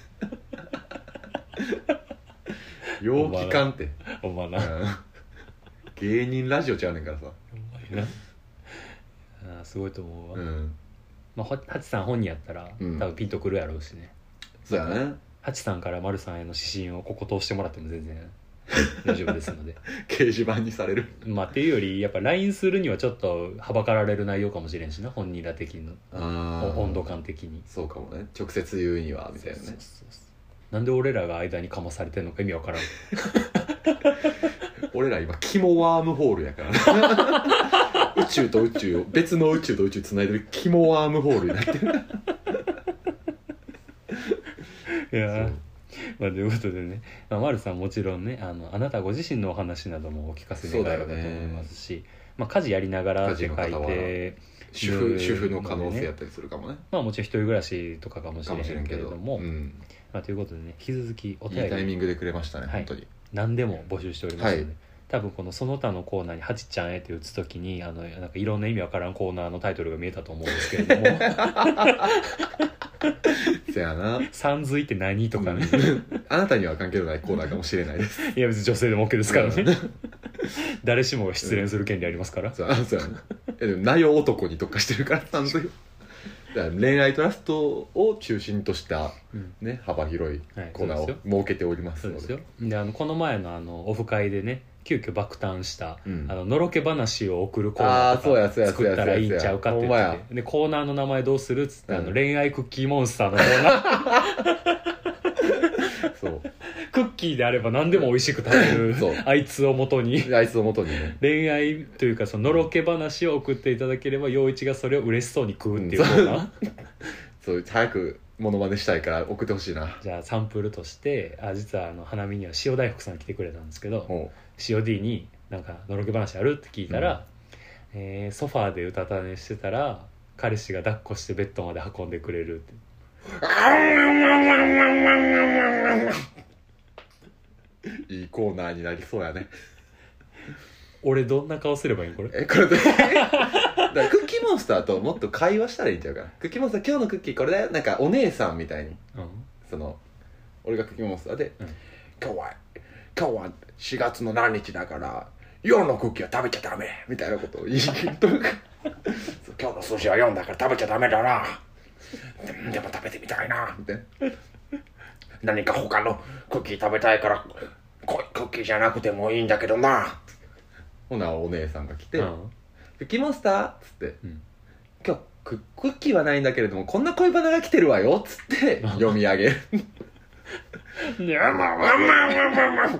よう聞かんって、 ほんまな、 うん芸人ラジオちゃうねんからさ。 ほんまになあーすごいと思うわ、 うんまあ、ハチさん本人やったら、 うん多分ピンとくるやろうしね。 そうやね。 ハチさんから丸さんへの指針をここ通してもらっても全然大丈夫ですので掲示板にされる。 まあっていうよりやっぱ ライン するにはちょっとはばかられる内容かもしれんしな、本人ら的のあー温度感的に。 そうかもね、直接言うにはみたいなね。 そうそうそうそうなんで俺らが間にかまされてんのか意味わからん俺ら今肝ワームホールやから宇宙と宇宙を別の宇宙と宇宙つないでる肝ワームホールになってるいやーまあということでね、まあ、丸さんもちろんねあのあなたご自身のお話などもお聞かせ願えればと思いますし、まあ、家事やりながらって書いて主婦主婦の可能性やったりするかもね。 まあもちろん一人暮らしとかかもしかもしれへんれんけどけれども、 うんまあ、ということでね引き続きおい便りいタイミングでくれましたね、 はい本当に。 何でも募集しておりますので、 はい多分このその他のコーナーに「はちちゃんへ」って打つときにあのなんかいろんな意味わからんコーナーのタイトルが見えたと思うんですけれどもせやなさんずいって何とかね、 あなたには関係のないコーナーかもしれないですいや別に女性でも OK ですからね誰しもが失恋する権利ありますから、 そうそうやな。えでも内容男に特化してるからさんずいだから恋愛トラストを中心とした、 うんね、幅広いはいコーナーをそうですよ設けておりますので、 そうですよ。であのこの前のあのオフ会でね急遽爆誕した、 うんあののろけ話を送るコーナーとあーそうやそうやか作ったらいいんちゃうかって言そうやっててでコーナーの名前どうするっつって、 うんあの恋愛クッキーモンスターのコーナーそうクッキーであれば何でも美味しく食べるそうあいつをもとにあいつをもとにね恋愛というかそののろけ話を送っていただければ陽一がそれを嬉しそうに食うっていうコーナー、 そう早くモノマネしたいから送ってほしいな。 じゃあサンプルとしてあ実はあの花見には塩大福さん来てくれたんですけど、 もシーオーディー になんかのろけ話あるって聞いたら、えーソファーでうたた寝してたら彼氏が抱っこしてベッドまで運んでくれるってういいコーナーになりそうやね。 俺どんな顔すればいいんこれえこれでだからクッキーモンスターともっと会話したらいいんちゃうかな。クッキーモンスター今日のクッキーこれだよ、なんかお姉さんみたいに、 うんその俺がクッキーモンスターで、 うん今日は今日はしがつの何日だからよんのクッキーは食べちゃダメみたいなことを言い切っとるそう今日の数字はよんだから食べちゃダメだな、でもでも食べてみたいなみたいな、何か他のクッキー食べたいから濃いクッキーじゃなくてもいいんだけどな。ほなお姉さんが来て、 うんクッキーモンスターっつって、 うん今日ククッキーはないんだけれどもこんな恋バナが来てるわよっつって読み上げるにゃまままままま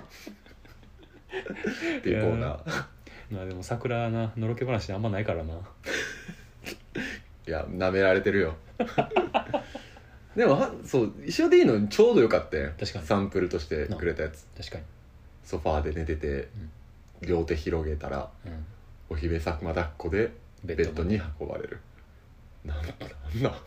っていうコーナー。 まあでも桜なのろけ話あんまないからないや舐められてるよでもはそう一緒でいいのちょうどよかったよ。 確かにサンプルとしてくれたやつ。 確かに、 ソファーで寝てて、うん、両手広げたら、 うん、 お姫様抱っこでベッドに運ばれる。なんなんなん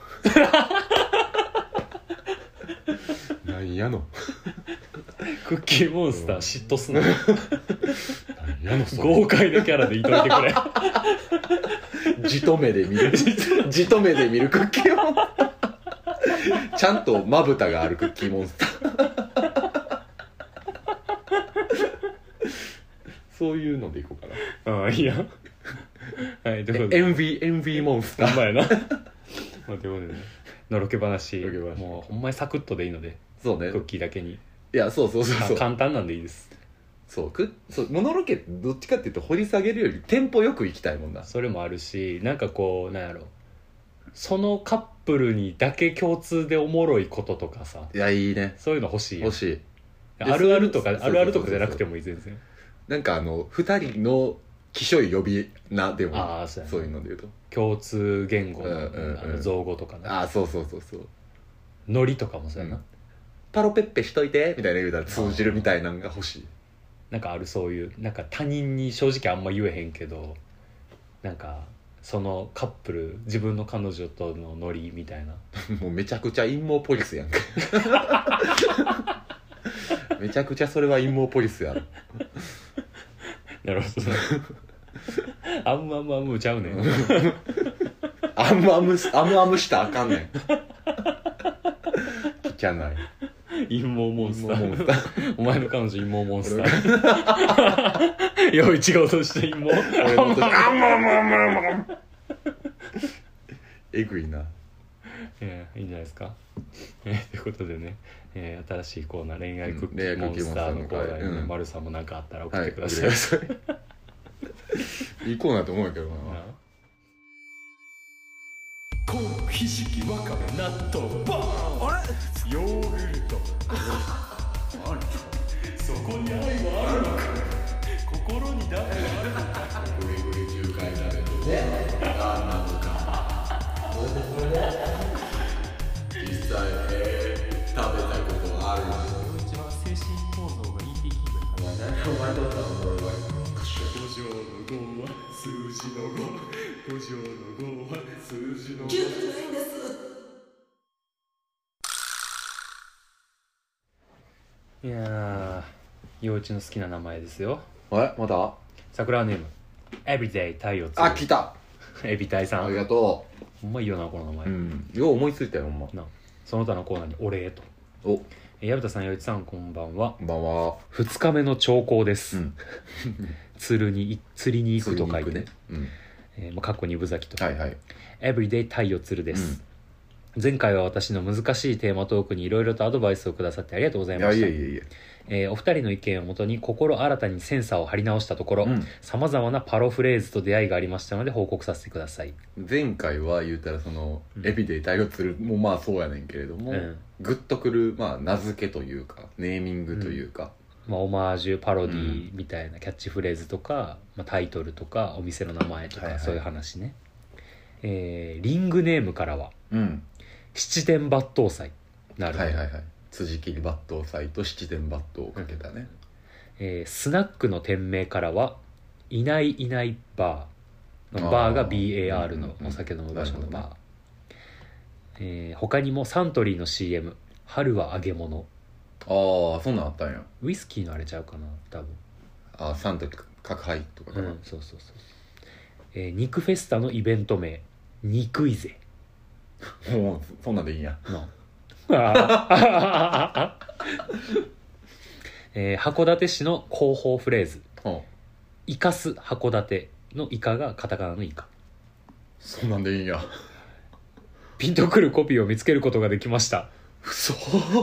なんやのクッキーモンスター嫉妬すんのなんやのそれ豪快なキャラでいといてくれじと目で見るじと目で見るクッキーモンスターちゃんとまぶたがあるクッキーモンスターそういうのでいこうかな。 ああいいやはいということでエンビーエンビーモンスターほんまやなまあということでねのろけ話のろけ話もうほんまにサクッとでいいのでそうねクッキーだけにいやそうそうそうそう簡単なんでいいです。 そうくそうモノロケってどっちかっていうと掘り下げるよりテンポよく行きたいもんな。 それもあるしなんかこうなんやろそのカップルにだけ共通でおもろいこととかさいやいいねそういうの欲しいよ欲しい。 あるあるとかそうそうあるあるとかじゃなくてもいい全然。 なんかあのふたりのきしょい呼び名でもあーそうやなそういうので言うと共通言語の,、 うんうんうんあの造語とかねああそうそうそうそうノリとかもそうやな、 うんパロペッペしといてみたいな言うたら通じるみたいなのが欲しい。 なんかあるそういうなんか他人に正直あんま言えへんけどなんかそのカップル自分の彼女とのノリみたいなもうめちゃくちゃ陰謀ポリスやんかめちゃくちゃそれは陰謀ポリスやろなるほどねあんまあんまあんまちゃうねんあんまあむあむあむしたらあかんねん汚い陰謀モンスター陰謀モンスターお前の彼女陰謀モンスターよい違うとして陰謀俺の時あんまあむあむあむあむえぐいな。 えーいいんじゃないですか、えーということでね、えー新しいコーナー恋愛クッキうん恋愛ーモンクッキーモンスターのスターのコーナーにね、 うん丸さんも何かあったら送はいってください、 いいコーナーと思うけどな。 コーンひじきわかめ納豆バーンあれヨーグルトそこに愛はあるのか心に誰があるのかグリグリ中華炒めとね何なのかそれでそれで実際えー、食べたことある一番精神構造が イーティー キングお前何お前どうだろう俺は五条の五は数字の五五条の五は数字の五いやー幼稚の好きな名前ですよ。 えまた桜ネームエビデイ太陽つあ来たエビタイさんありがとほんまいいよなこの名前、 ううんよう思いついたよほんまなその他のコーナーにお礼とおえ矢蓋さん陽一さんこんばんは。 こんばんはふつかめの兆候です、 うん釣るに釣りに行くと書いて、 ねうんえー、もうかっこ二分咲きと、 はいはいエブリデイ太陽つるです、前回は私の難しいテーマトークにいろいろとアドバイスをくださってありがとうございいました。 やいやいやいやえーお二人の意見をもとに心新たにセンサーを張り直したところうんさまざまなパロフレーズと出会いがありましたので報告させてください。 前回は言うたらその、 うんエビで対応するもまあそうやねんけれども、 うんグッとくる、まあ、名付けというかネーミングというか、 まあ、オマージュパロディみたいなキャッチフレーズとか、まあ、タイトルとかお店の名前とか、 はいはいそういう話ね、えーリングネームからはうん七点抜刀斎なるほど、 はいはいはい辻切り抜刀斎と七点抜刀をかけたね、 えースナックの店名からはいないいないバーのあーバーが ビーエーアール のうんうんうんお酒飲む場所のバー、 なるほえー他にもサントリーの シーエム 春は揚げ物ああそんなんあったんやウイスキーのあれちゃうかな多分ああサントリー角杯とかかな、 うんそうそうそう、えー肉フェスタのイベント名肉いぜもうそんなんでいいんやのあーえー函館市の広報フレーズうんイカス函館のイカがカタカナのイカ。 そんなんでいいんやピンとくるコピーを見つけることができました。 嘘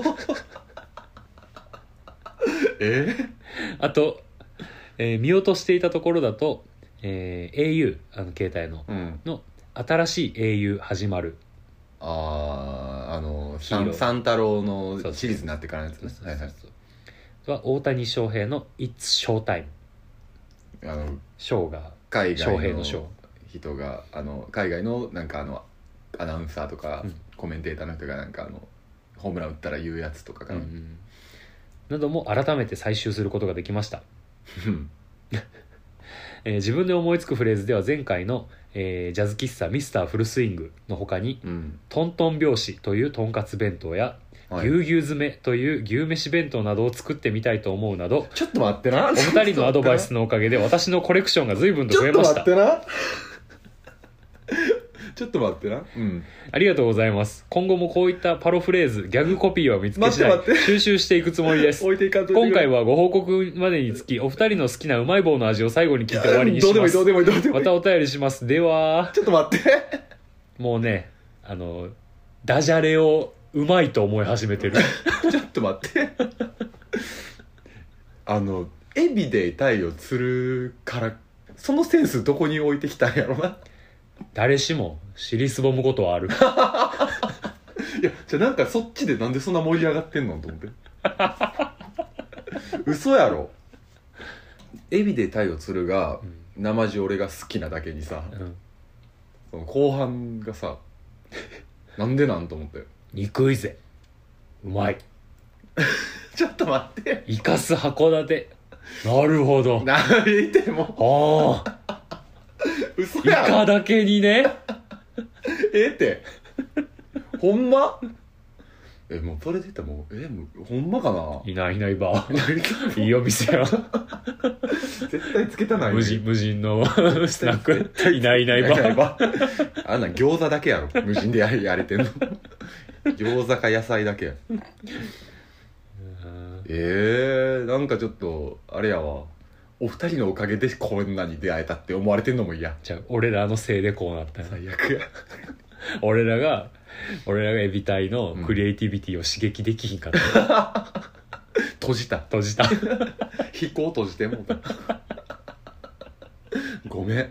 えあと、えー見落としていたところだと、えー au あの携帯のうんの新しい au 始まるあああのヒーロー三太郎のそうそうシリーズになってからのやつねそうそうそうはいはいは大谷翔平の It's Showtime あのショーが海外翔平のショーの人があの海外のなんかあのアナウンサーとか、 うんコメンテーターの人がなんかあのホームラン打ったら言うやつとかかな、 うんなども改めて採集することができました。 うんえー自分で思いつくフレーズでは前回の、えージャズ喫茶ミスターフルスイングの他にうんトントン拍子というとんかつ弁当や、 はい牛牛詰めという牛飯弁当などを作ってみたいと思うなどちょっと待ってなお二人のアドバイスのおかげで私のコレクションが随分と増えました。 ちょっと待ってなちょっと待ってなうんありがとうございます。今後もこういったパロフレーズギャグコピーを見つけ次第待って待って収集していくつもりです置いていかんといてくれ今回はご報告までにつきお二人の好きなうまい棒の味を最後に聞いて終わりにしどうでもますいいどうでもいいどうでもいいまたお便りします。ではちょっと待ってもうねあのダジャレをうまいと思い始めてるちょっと待ってあのエビでタイを釣るからそのセンスどこに置いてきたんやろな。 誰しも尻すぼむことはあるいやじゃあなんかそっちでなんでそんな盛り上がってんのと思って嘘やろ。エビでタイを釣るが、うん、生地俺が好きなだけにさ、うん、その後半がさなんでなんと思って憎いぜうまいちょっと待ってイカス函館なるほど何言ってもああ嘘やイカだけにねえってほんまえもうそれで言ったらもうえもうほんまかないないいないばいいお店や絶対つけたない、ね、 無人無人のスナックいないいないばあんなん餃子だけやろ無人で や, やれてんの餃子か野菜だけやえー、なんかちょっとあれやわお二人のおかげでこんなに出会えたって思われてんのも嫌。 じゃあ俺らのせいでこうなった最悪や俺らが俺らがエビ隊のクリエイティビティを刺激できひんかった、 うん、閉じた閉じた飛行閉じてもうたごめんい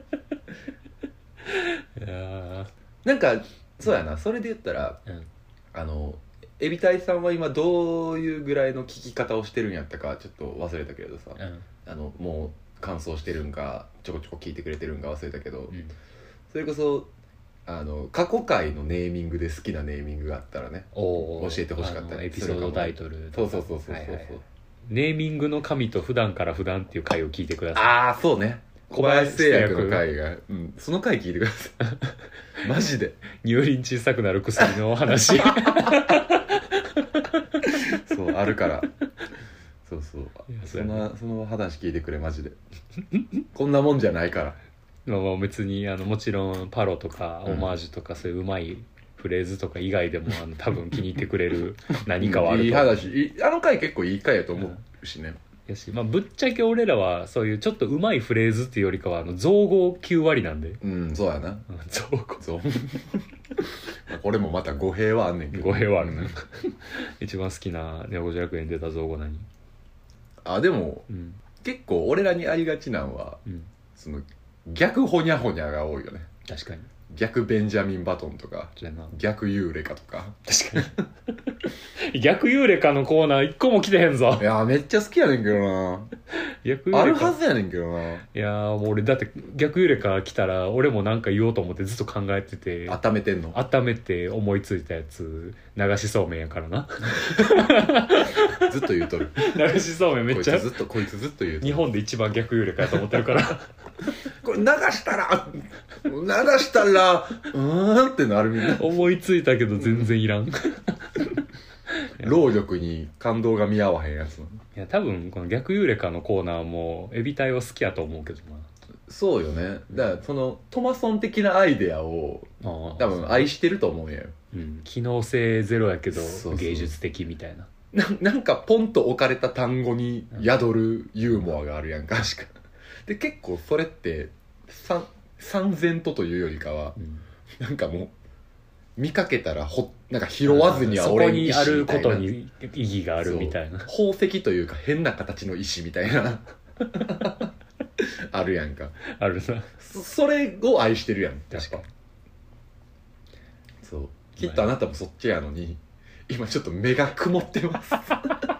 やなんかそうやなそれで言ったら、うん、あのエビ隊さんは今どういうぐらいの聞き方をしてるんやったかちょっと忘れたけれどさ、うん、あのもう完走してるんかちょこちょこ聞いてくれてるんか忘れたけど、うん、それこそあの過去回のネーミングで好きなネーミングがあったらね教えてほしかったりエピソードタイトルそうそうそうそうそう、はいはい、 ネーミングの神と普段から普段っていう回を聞いてください。 ああそうね小林製薬の回が、うん、その回聞いてくださいマジで乳輪小さくなる薬の話そうあるからそうそうそのその話聞いてくれマジでこんなもんじゃないからまあ別にあのもちろんパロとかオマージュとかそういううまいフレーズとか以外でもあの多分気に入ってくれる何かはあるといい話いあの回結構いい回やと思うしね、うんやしまあ、ぶっちゃけ俺らはそういうちょっとうまいフレーズっていうよりかはあの造語きゅう割なんでうんそうやな造語そうこれもまた語弊はあんねんけど語弊はあるね一番好きなネオ五条楽園出た造語何あでも、うん、結構俺らにありがちなんは、うん、その逆ホニャホニャが多いよね。 確かに逆ベンジャミン・バトンとか逆ユーレカとか確かに逆ユーレカのコーナー一個も来てへんぞ。 いやめっちゃ好きやねんけどな逆ユーレカあるはずやねんけどな。 いやもう俺だって逆ユーレカ来たら俺もなんか言おうと思ってずっと考えてて温めてんの温めて思いついたやつ流しそうめんやからなずっと言うとる流しそうめんめっちゃこいつずっとこいつずっと言うとる日本で一番逆ユーレカやと思ってるからこれ流したら流したらうーんってなるみんな思いついたけど全然いらん労力に感動が見合わへんやつ。いや多分この逆ユーレカのコーナーもエビ隊は好きやと思うけどな。 そうよね。だからそのトマソン的なアイデアを多分愛してると思うんやよ、 うん、機能性ゼロやけどそうそう芸術的みたいな。 な, なんかポンと置かれた単語に宿るユーモアがあるやんか、うん、確かで結構それって三千とというよりかは、うん、なんかもう見かけたらほなんか拾わずには俺にあることに意義があるみたいな宝石というか変な形の石みたいなあるやんか。 あるなそ, それを愛してるやん。確かそうきっとあなたもそっちやのに今ちょっと目が曇ってますあ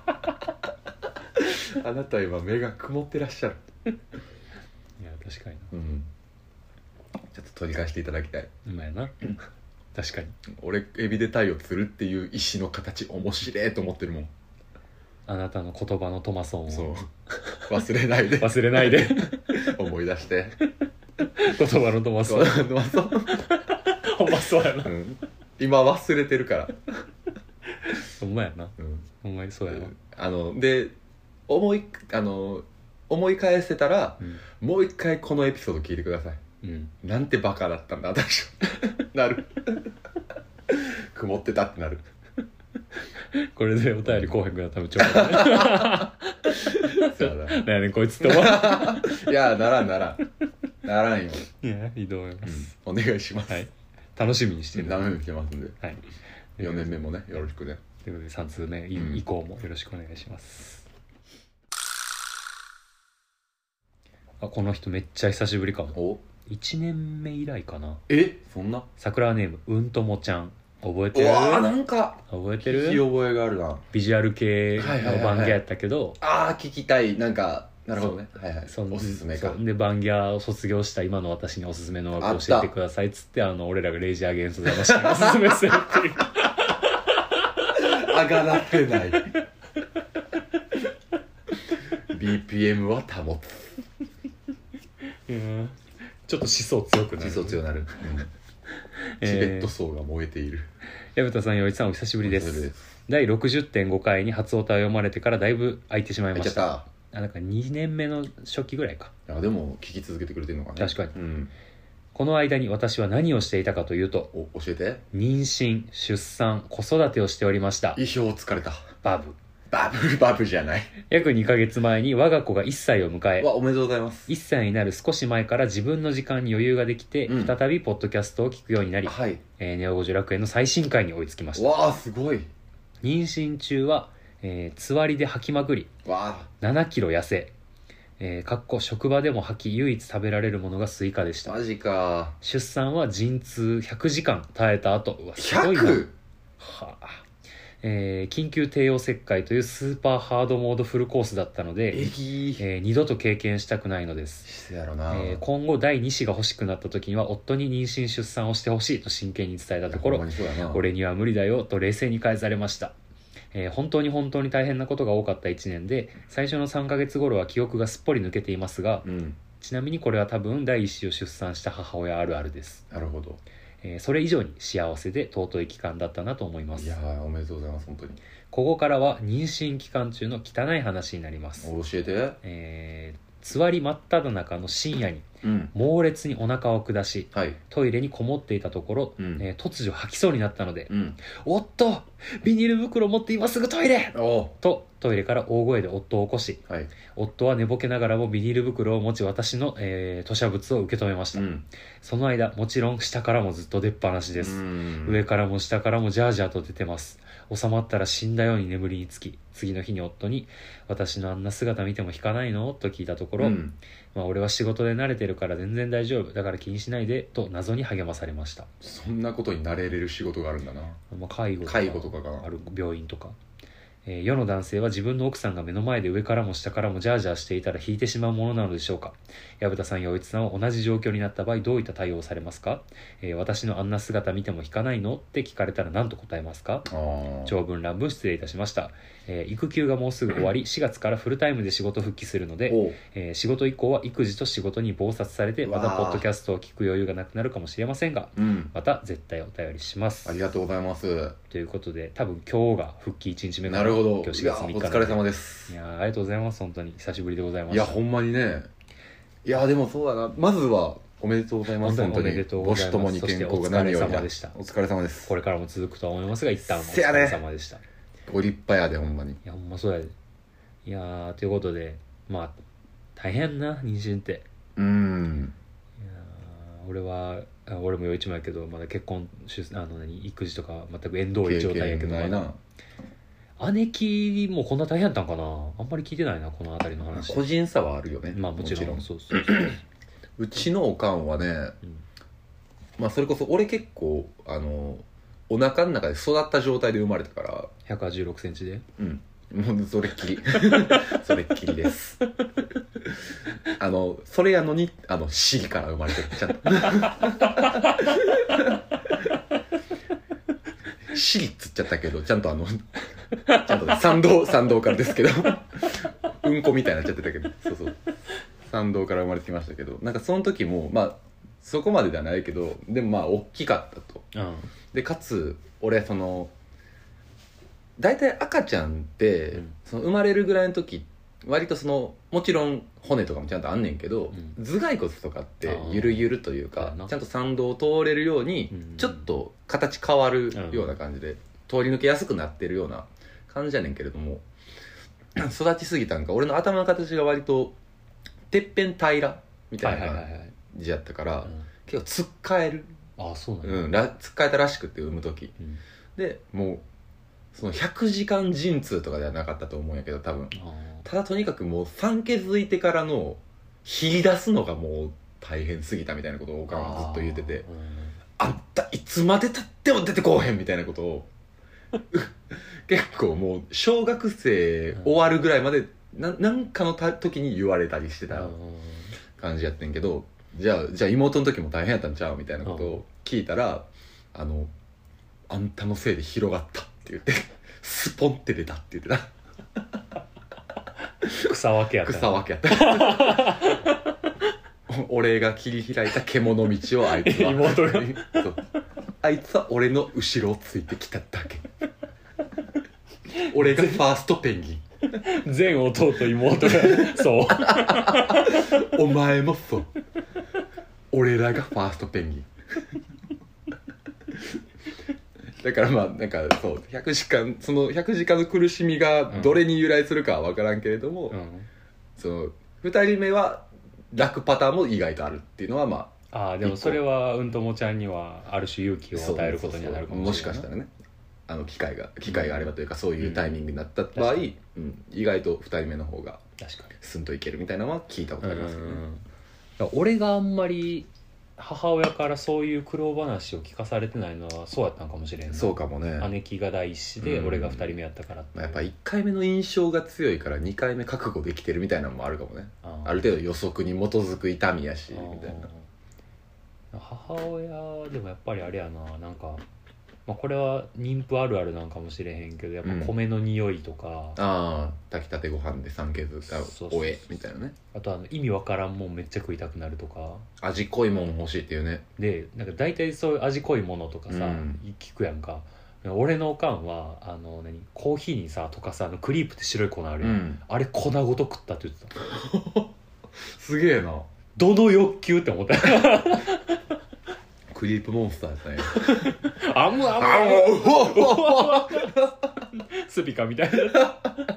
なた今目が曇ってらっしゃるいや確かにな、うん、 ちょっと取り返していただきたい。 うまいな確かに俺エビでタイを釣るっていう石の形面白いと思ってるもん。 あなたの言葉のトマソンをそう忘れないで忘れないで思い出して言葉のトマソントマソンほんまそうやな、うん、 今忘れてるからほんまやな、うん、ほんまにそうやな。 あので思いあの思い返せたら、うん、もう一回このエピソード聞いてください、うん、なんてバカだったんだ私なる曇ってたってなるこれでお便り後編くなったらちょうどねそうだ何やねんこいつって思ういやならんならんならんよ。 いやいいと思います、 うん、お願いします、 はい楽しみにしてる。 何年も来てますんで、 はい、 よねんめもねよろしくね。 ということでさん通目以降もよろしくお願いします、うん、あこの人めっちゃ久しぶりかも。 おいちねんめ以来かな。 えそんな。 桜ネームうんともちゃん、覚えてる？ うわーなんか覚えてる？ 聞き覚えがあるな。 ビジュアル系のバンギャやったけど、はいはいはいはい、 ああ聞きたい。なんかなるほどね。はいはい。おすすめか。 でバンギャを卒業した今の私におすすめの枠を教えてくださいっつって、あの俺らがレイジーアゲンスト魂におすすめするっていう上がらせない。ビーピーエム は保つ。 うんちょっと思想強くなる。 思想強くなる、うんえー、チベット層が燃えている。 矢蓋さん、陽一さん、お久しぶりです。ですだいろくじゅってんごかいに初オタを読まれてからだいぶ空いてしまいました。あなんかにねんめの初期ぐらいか。 あでも聞き続けてくれてるのかね。 確かに、 うん、 この間に私は何をしていたかというと、 お教えて。 妊娠、出産、子育てをしておりました。 意表をつかれた。 バブバブバブじゃない。 約にかげつまえに我が子がいっさいを迎え、 わおめでとうございます。 いっさいになる少し前から自分の時間に余裕ができて、うん、再びポッドキャストを聞くようになり、はいえー、ネオ五条楽園の最新回に追いつきました。 わあすごい。 妊娠中は、えー、つわりで吐きまくりわななキロ痩せ、えー、かっこ職場でも吐き唯一食べられるものがスイカでした。 マジか。 出産は陣痛ひゃくじかん耐えた後、うわすごいな。ひゃく? はあえー、緊急帝王切開というスーパーハードモードフルコースだったので、えーえー、二度と経験したくないのです。 やろな、 えー、今後だいに子が欲しくなった時には夫に妊娠出産をしてほしいと真剣に伝えたところ、俺には無理だよと冷静に返されました。えー、本当に本当に大変なことが多かったいちねんで、最初のさんかげつ頃は記憶がすっぽり抜けていますが、うん、ちなみにこれは多分だいいっ子を出産した母親あるあるです。 なるほど。 えー、それ以上に幸せで尊い期間だったなと思います。 いやーおめでとうございます。本当にここからは妊娠期間中の汚い話になります。 教えて。 えー、つわり真っ只中の深夜に、うん、猛烈にお腹を下し、はい、トイレにこもっていたところ、うんえー、突如吐きそうになったので、うん、おっとビニール袋持って今すぐトイレとトイレから大声で夫を起こし、はい、夫は寝ぼけながらもビニール袋を持ち私の、えー、吐瀉物を受け止めました、うん、その間もちろん下からもずっと出っ放しです。上からも下からもジャージャーと出てます。収まったら死んだように眠りにつき、次の日に夫に私のあんな姿見ても引かないのと聞いたところ、うんまあ、俺は仕事で慣れてるから全然大丈夫だから気にしないでと謎に励まされました。 そんなことになれれる仕事があるんだな、 まあ、介護とか介護とかがある病院とか、えー、世の男性は自分の奥さんが目の前で上からも下からもジャージャーしていたら引いてしまうものなのでしょうか。矢蓋さん、陽一さんは同じ状況になった場合どういった対応をされますか。えー、私のあんな姿見ても引かないのって聞かれたら何と答えますか。長文乱文失礼いたしました。えー、育休がもうすぐ終わりしがつからフルタイムで仕事復帰するので、えー、仕事以降は育児と仕事に忙殺されてまたポッドキャストを聞く余裕がなくなるかもしれませんが、うん、また絶対お便りします。 ありがとうございます。 ということで多分今日が復帰いちにちめなるほど。 今日しがつみっかお疲れ様です。 いやありがとうございます。本当に久しぶりでございます。 いやほんまにね。いやでもそうだな、まずはおめでとうございます。 本当におめでとうございます。母子ともに健康が何よりだ。お疲れ様でした。 お疲れ様です。 これからも続くとは思いますが一旦お疲れ様でした。 ご立派やでほんまに。いやほんまそうやで。いやーということでまあ大変な妊娠って。 うーん。 いや俺は俺も陽一もやけどまだ結婚出あの何育児とか全く縁遠い状態やけどまだ。姉貴もこんな大変だったんかな。あんまり聞いてないなこの辺りの話。 個人差はあるよね。 まあもちろん。そうそうそううちのおかんはね、うん、まあそれこそ俺結構あのお腹の中で育った状態で生まれたからひゃくはちじゅうろくセンチでうんもうそれっきりそれっきりですあのそれやのにあの尻から生まれてるちゃんと尻っつっちゃったけどちゃんとあのちゃんと、ね、参道参道からですけどうんこみたいになっちゃってたけどそうそう参道から生まれてきましたけどなんかその時もまあそこまでではないけどでもまあ大きかったと、うん、でかつ俺その大体赤ちゃんって、うん、その生まれるぐらいの時割とそのもちろん骨とかもちゃんとあんねんけど、うん、頭蓋骨とかってゆるゆるというかちゃんと参道を通れるように、うん、ちょっと形変わるような感じで、うん、通り抜けやすくなってるような感じやねんけれども育ちすぎたんか俺の頭の形が割とてっぺん平らみたいな感じやったから、結構つっかえるああそうなんだ、 うん、らつっかえたらしくって産む時うん、 でもうそのひゃくじかん陣痛とかではなかったと思うんやけど多分あただとにかくもう産気づいてからの引き出すのがもう大変すぎたみたいなことをおかんはずっと言ってて、あんたいつまでたっても出てこうへんみたいなことを結構もう小学生終わるぐらいまでななんかのた時に言われたりしてた感じやってんけど、じゃあじゃあ妹の時も大変やったんちゃうみたいなことを聞いたら、あのあんたのせいで広がったって言ってスポンって出たって言ってた。 草分けやった草分けやった俺が切り開いた獣道をあいつは妹がそうあいつは俺の後ろをついてきただけ俺がファーストペンギン全弟妹がそうお前もそう俺らがファーストペンギンだからまあなんかそうひゃくじかんそのひゃくじかんの苦しみがどれに由来するかは分からんけれども、うん、そのふたりめは楽パターンも意外とあるっていうのはまあああでもそれはうんともちゃんにはある種勇気を与えることにはなるかもしれない。 もしかしたらねあの機会が機会があればというか、うん、そういうタイミングになった場合、うんうん、意外とふたりめの方がスンといけるみたいなのは聞いたことありますけどね。 うん、俺があんまり母親からそういう苦労話を聞かされてないのはそうやったんかもしれん、ね、 そうかもね。 姉貴が第一子で俺がふたりめやったからって、 うん、やっぱいっかいめの印象が強いからにかいめ覚悟できてるみたいなのもあるかもね。 あ, ある程度予測に基づく痛みやしみたいな。 母親でもやっぱりあれやな、なんか、まあ、これは妊婦あるあるなんかもしれへんけどやっぱ米の匂いとか、うん、 ああ炊きたてご飯で産気づかおえみたいなね。 あとあの意味わからんもんめっちゃ食いたくなるとか、 味濃いもん欲しいっていうね。 でなんか大体そういう味濃いものとかさ、うん、聞くやんか。俺のおかんはあの何コーヒーにさとかさあのクリープって白い粉あるやん、うん、あれ粉ごと食ったって言ってたすげえな。 どの欲求って思ったクリープモンスターやったねあむあむあむスピカみたいな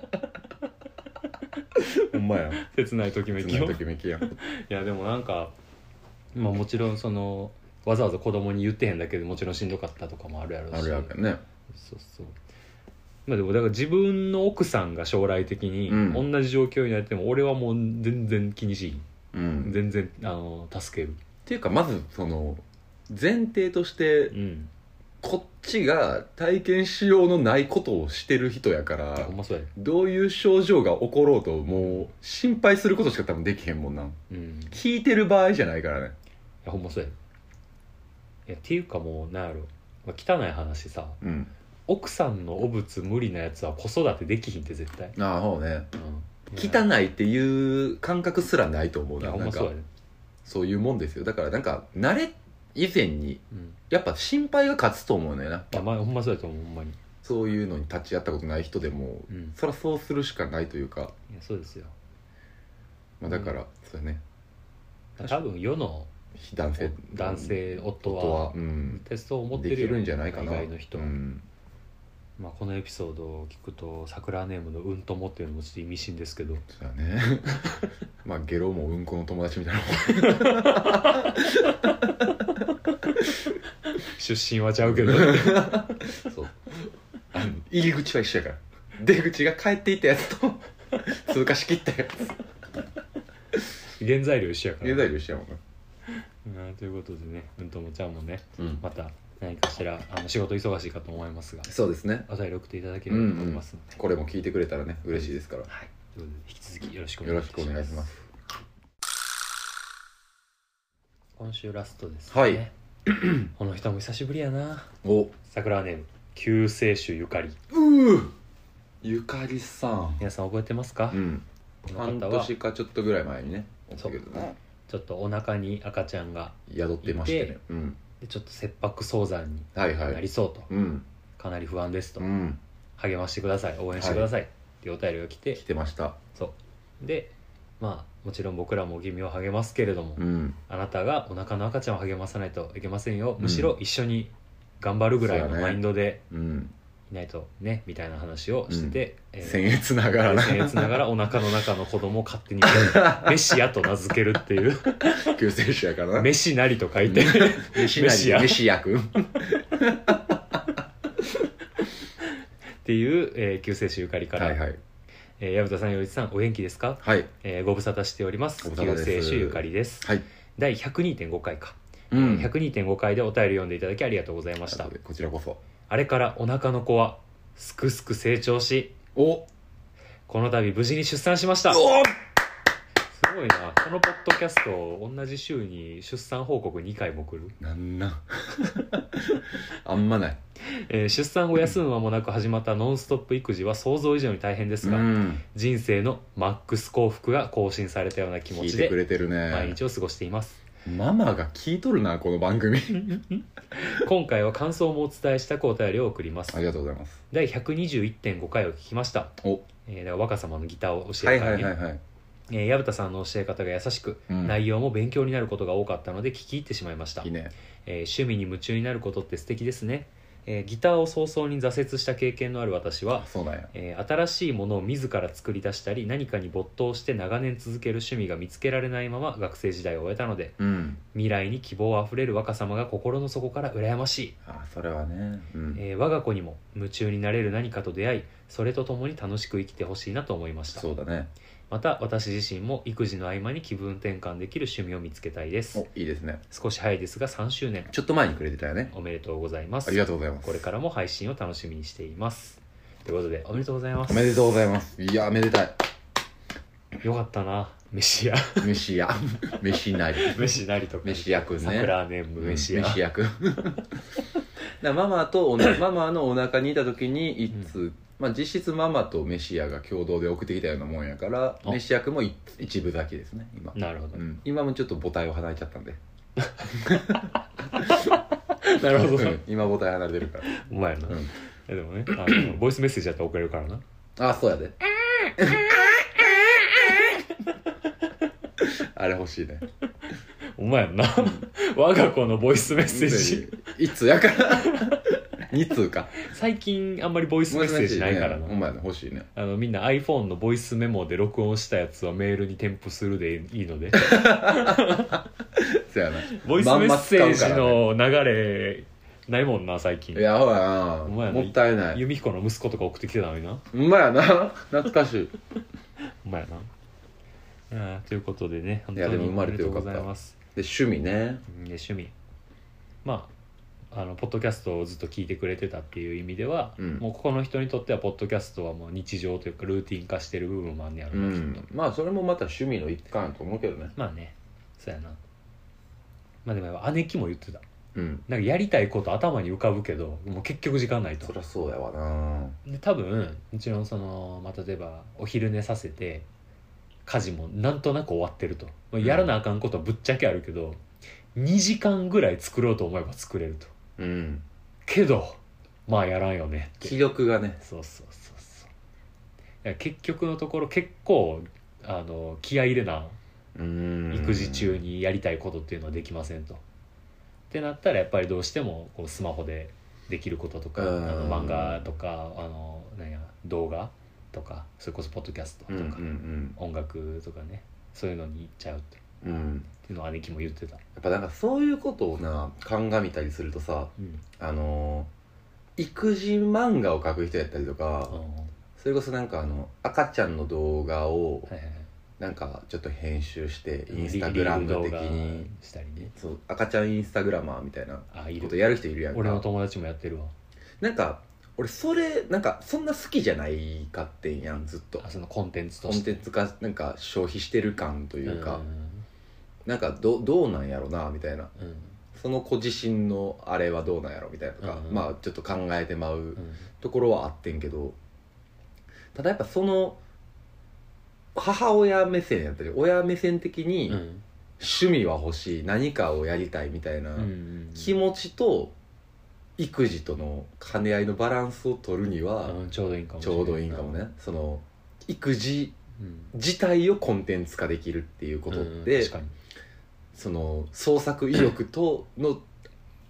ほんまや切ないときめきを。 切ないときめきやいやでもなんか、まあ、もちろんそのわざわざ子供に言ってへんだけどもちろんしんどかったとかもあるやろうし。 あるやろね。 そうそう。まあでもだから自分の奥さんが将来的に同じ状況になっても俺はもう全然気にしい、うん、全然あの助けるっていうかまずその前提として、うん、こっちが体験しようのないことをしてる人やからほんまそうやどういう症状が起ころうともう心配することしか多分できへんもんな、うん、聞いてる場合じゃないからね。 いやほんまそうや。いやっていうかもうなんやろ、まあ、汚い話さ、うん、奥さんの汚物無理なやつは子育てできひんって絶対。 ああそうね、うん、汚いっていう感覚すらないと思うな。 いやほんまそうやね。 そういうもんですよ。だからなんか慣れ以前に、うん、やっぱ心配が勝つと思うのよな。 いやまあほんまそうやと思う。ほんまにそういうのに立ち会ったことない人でも、うん、そりゃそうするしかないというか。いやそうですよ、 まあ、だから、うん、そうだね。 多分世の男性男性夫は、うん、テストを思ってるよ、 できるんじゃないかな意外の人、うん、まあ、このエピソードを聞くと桜ネームのうんともっていうのもちょっと意味深ですけど。 そうだねまあゲロもうんこの友達みたいな出身はちゃうけどそうあの入り口は一緒やから出口が帰っていったやつと通過しきったやつ原材料一緒やから原材料一緒やもんな。 うん、ということでねうんともちゃんもね、うん、また何かしらあの仕事忙しいかと思いますがそうですねお便り送っていただければと思いますので、 うんうん、これも聞いてくれたらね嬉しいですから、はい、 ということで引き続きよろしくお願いします。 よろしくお願いします。 今週ラストですね。 はいこの人も久しぶりやな。 お桜ネーム救世主ゆかり。 うーゆかりさん皆さん覚えてますか？うん、 半年かちょっとぐらい前にねそうけどねちょっとお腹に赤ちゃんが宿ってましてね、うん、 でちょっと切迫早産になりそうと、はいはい、うん、かなり不安ですと、うん、励ましてください応援してください、はい、っていうお便りが来て来てました。 そうでまあもちろん僕らも君を励ますけれども、うん、あなたがお腹の赤ちゃんを励まさないといけませんよ、うん、むしろ一緒に頑張るぐらいのマインドでいいんいないとねみたいな話をしてて、 うん、えー、僭越ながらな僭越ながらお腹の中の子供を勝手にメシアと名付けるっていう救世主やからな、 メシなりと書いてメシなりメシア君っていう、えー、救世主ゆかりから、 はいはい、 えー、矢蓋さん、よいちさん、お元気ですか？ はい、 えー、ご無沙汰しております。救世主ゆかりです。 はい、 だいひゃくにてんごかいか、 うん、 ひゃくにてんごかいでお便り読んでいただきありがとうございました。 こちらこそ。 あれからお腹の子はすくすく成長し、 おこの度無事に出産しました。 おすごいな、このポッドキャスト同じ週に出産報告にかいも来る。 なんなんあんまない、 えー、出産後休む間もなく始まったノンストップ育児は想像以上に大変ですが、 うん、 人生のマックス幸福が更新されたような気持ちでくれてるね、 毎日を過ごしています。 ママが聞いとるなこの番組今回は感想もお伝えしたくお便りを送ります。 ありがとうございます。 だいひゃくにじゅういってんごかいを聞きました。 お、 えー、だから若様のギターを教える会ね、 はいはいはいはい、 えー、矢蓋さんの教え方が優しく、 うん、 内容も勉強になることが多かったので聞き入ってしまいました。 いいね、 えー、趣味に夢中になることって素敵ですね。えー、ギターを早々に挫折した経験のある私は、 そうなんや、 えー、新しいものを自ら作り出したり何かに没頭して長年続ける趣味が見つけられないまま学生時代を終えたので、 うん、 未来に希望あふれる若様が心の底から羨ましい。 あ、それはね、うん、 えー、我が子にも夢中になれる何かと出会い、それとともに楽しく生きてほしいなと思いました。 そうだね。 また私自身も育児の合間に気分転換できる趣味を見つけたいです。 お、いいですね。 少し早いですがさんしゅうねんちょっと前にくれてたよね。 おめでとうございます。 ありがとうございます。 これからも配信を楽しみにしています。ということでおめでとうございます。 おめでとうございます。いや、めでたい。 よかったな、飯屋飯屋飯なり飯なりとか飯屋くんね、 桜ネーム飯屋、 うん、飯屋くんだママとおなママのお腹にいた時にいつ、うん、まあ、実質ママと飯屋が共同で送ってきたようなもんやから飯屋くんも一部だけですね今。なるほど、うん、今もちょっと母体を離れちゃったんでなるほど、うん、 今母体離れてるからお前やな、うん、でもね、あのボイスメッセージやったら送れるからな。 あ、そうやであれ欲しいね。 お前やんな、我が子のボイスメッセージいつやからに通か。 最近あんまりボイスメッセージないからな。 お前の欲しいね。 あのみんな iPhone のボイスメモで録音したやつはメールに添付するでいいのでそやな、 ボイスメッセージの流れないもんな最近。 いや、ほらな、もったいない。 由美彦の息子とか送ってきてたのにな。 うまやな、懐かしい。 うまやな。あということでね、 本当におめでとうございます。で、趣味ね。 で、趣味、まああのポッドキャストをずっと聞いてくれてたっていう意味では、うん、もうここの人にとってはポッドキャストはもう日常というかルーティン化してる部分もあんねやろな、うん、 まあそれもまた趣味の一環やと思うけどね。 まあね、そうやな。まあでも姉貴も言ってた、 うん、 なんかやりたいこと頭に浮かぶけどもう結局時間ないと。 そりゃそうやわな。 で多分もちろんその、まあ、例えばお昼寝させて家事もなんとなく終わってると、まあ、やらなあかんことはぶっちゃけあるけど、うん、にじかんぐらい作ろうと思えば作れると、 うん、 けどまあやらんよねって。 気力がね。 そうそうそうそう。結局のところ結構あの気合い入れな育児中にやりたいことっていうのはできませんと。ってなったらやっぱりどうしてもこうスマホでできることとか、あの漫画とかあのなんや動画とかそれこそポッドキャストとか、うんうんうん、音楽とかね、そういうのに行っちゃうって、うん、っていうのを姉貴も言ってた。 やっぱなんかそういうことをな鑑みたりするとさ、うん、あの育児漫画を描く人やったりとか、うん、それこそなんかあの赤ちゃんの動画を、はいはい、なんかちょっと編集してインスタグラム的にしたりね、 そう赤ちゃんインスタグラマーみたいなことやる人いるやんか。 俺の友達もやってるわ。 なんか俺それなんかそんな好きじゃないかってんやんずっと。 あ、そのコンテンツとしてコンテンツ化なんか消費してる感というか、うん、なんか ど, どうなんやろなみたいな、うん、その子自身のあれはどうなんやろみたいなとか、うん、まあちょっと考えてまうところはあってんけど、ただやっぱその母親目線やったり親目線的に趣味は欲しい、何かをやりたいみたいな気持ちと育児との兼ね合いのバランスを取るにはちょうどいいかもしれない。ちょうどいいかもね。その育児自体をコンテンツ化できるっていうことって、その創作意欲との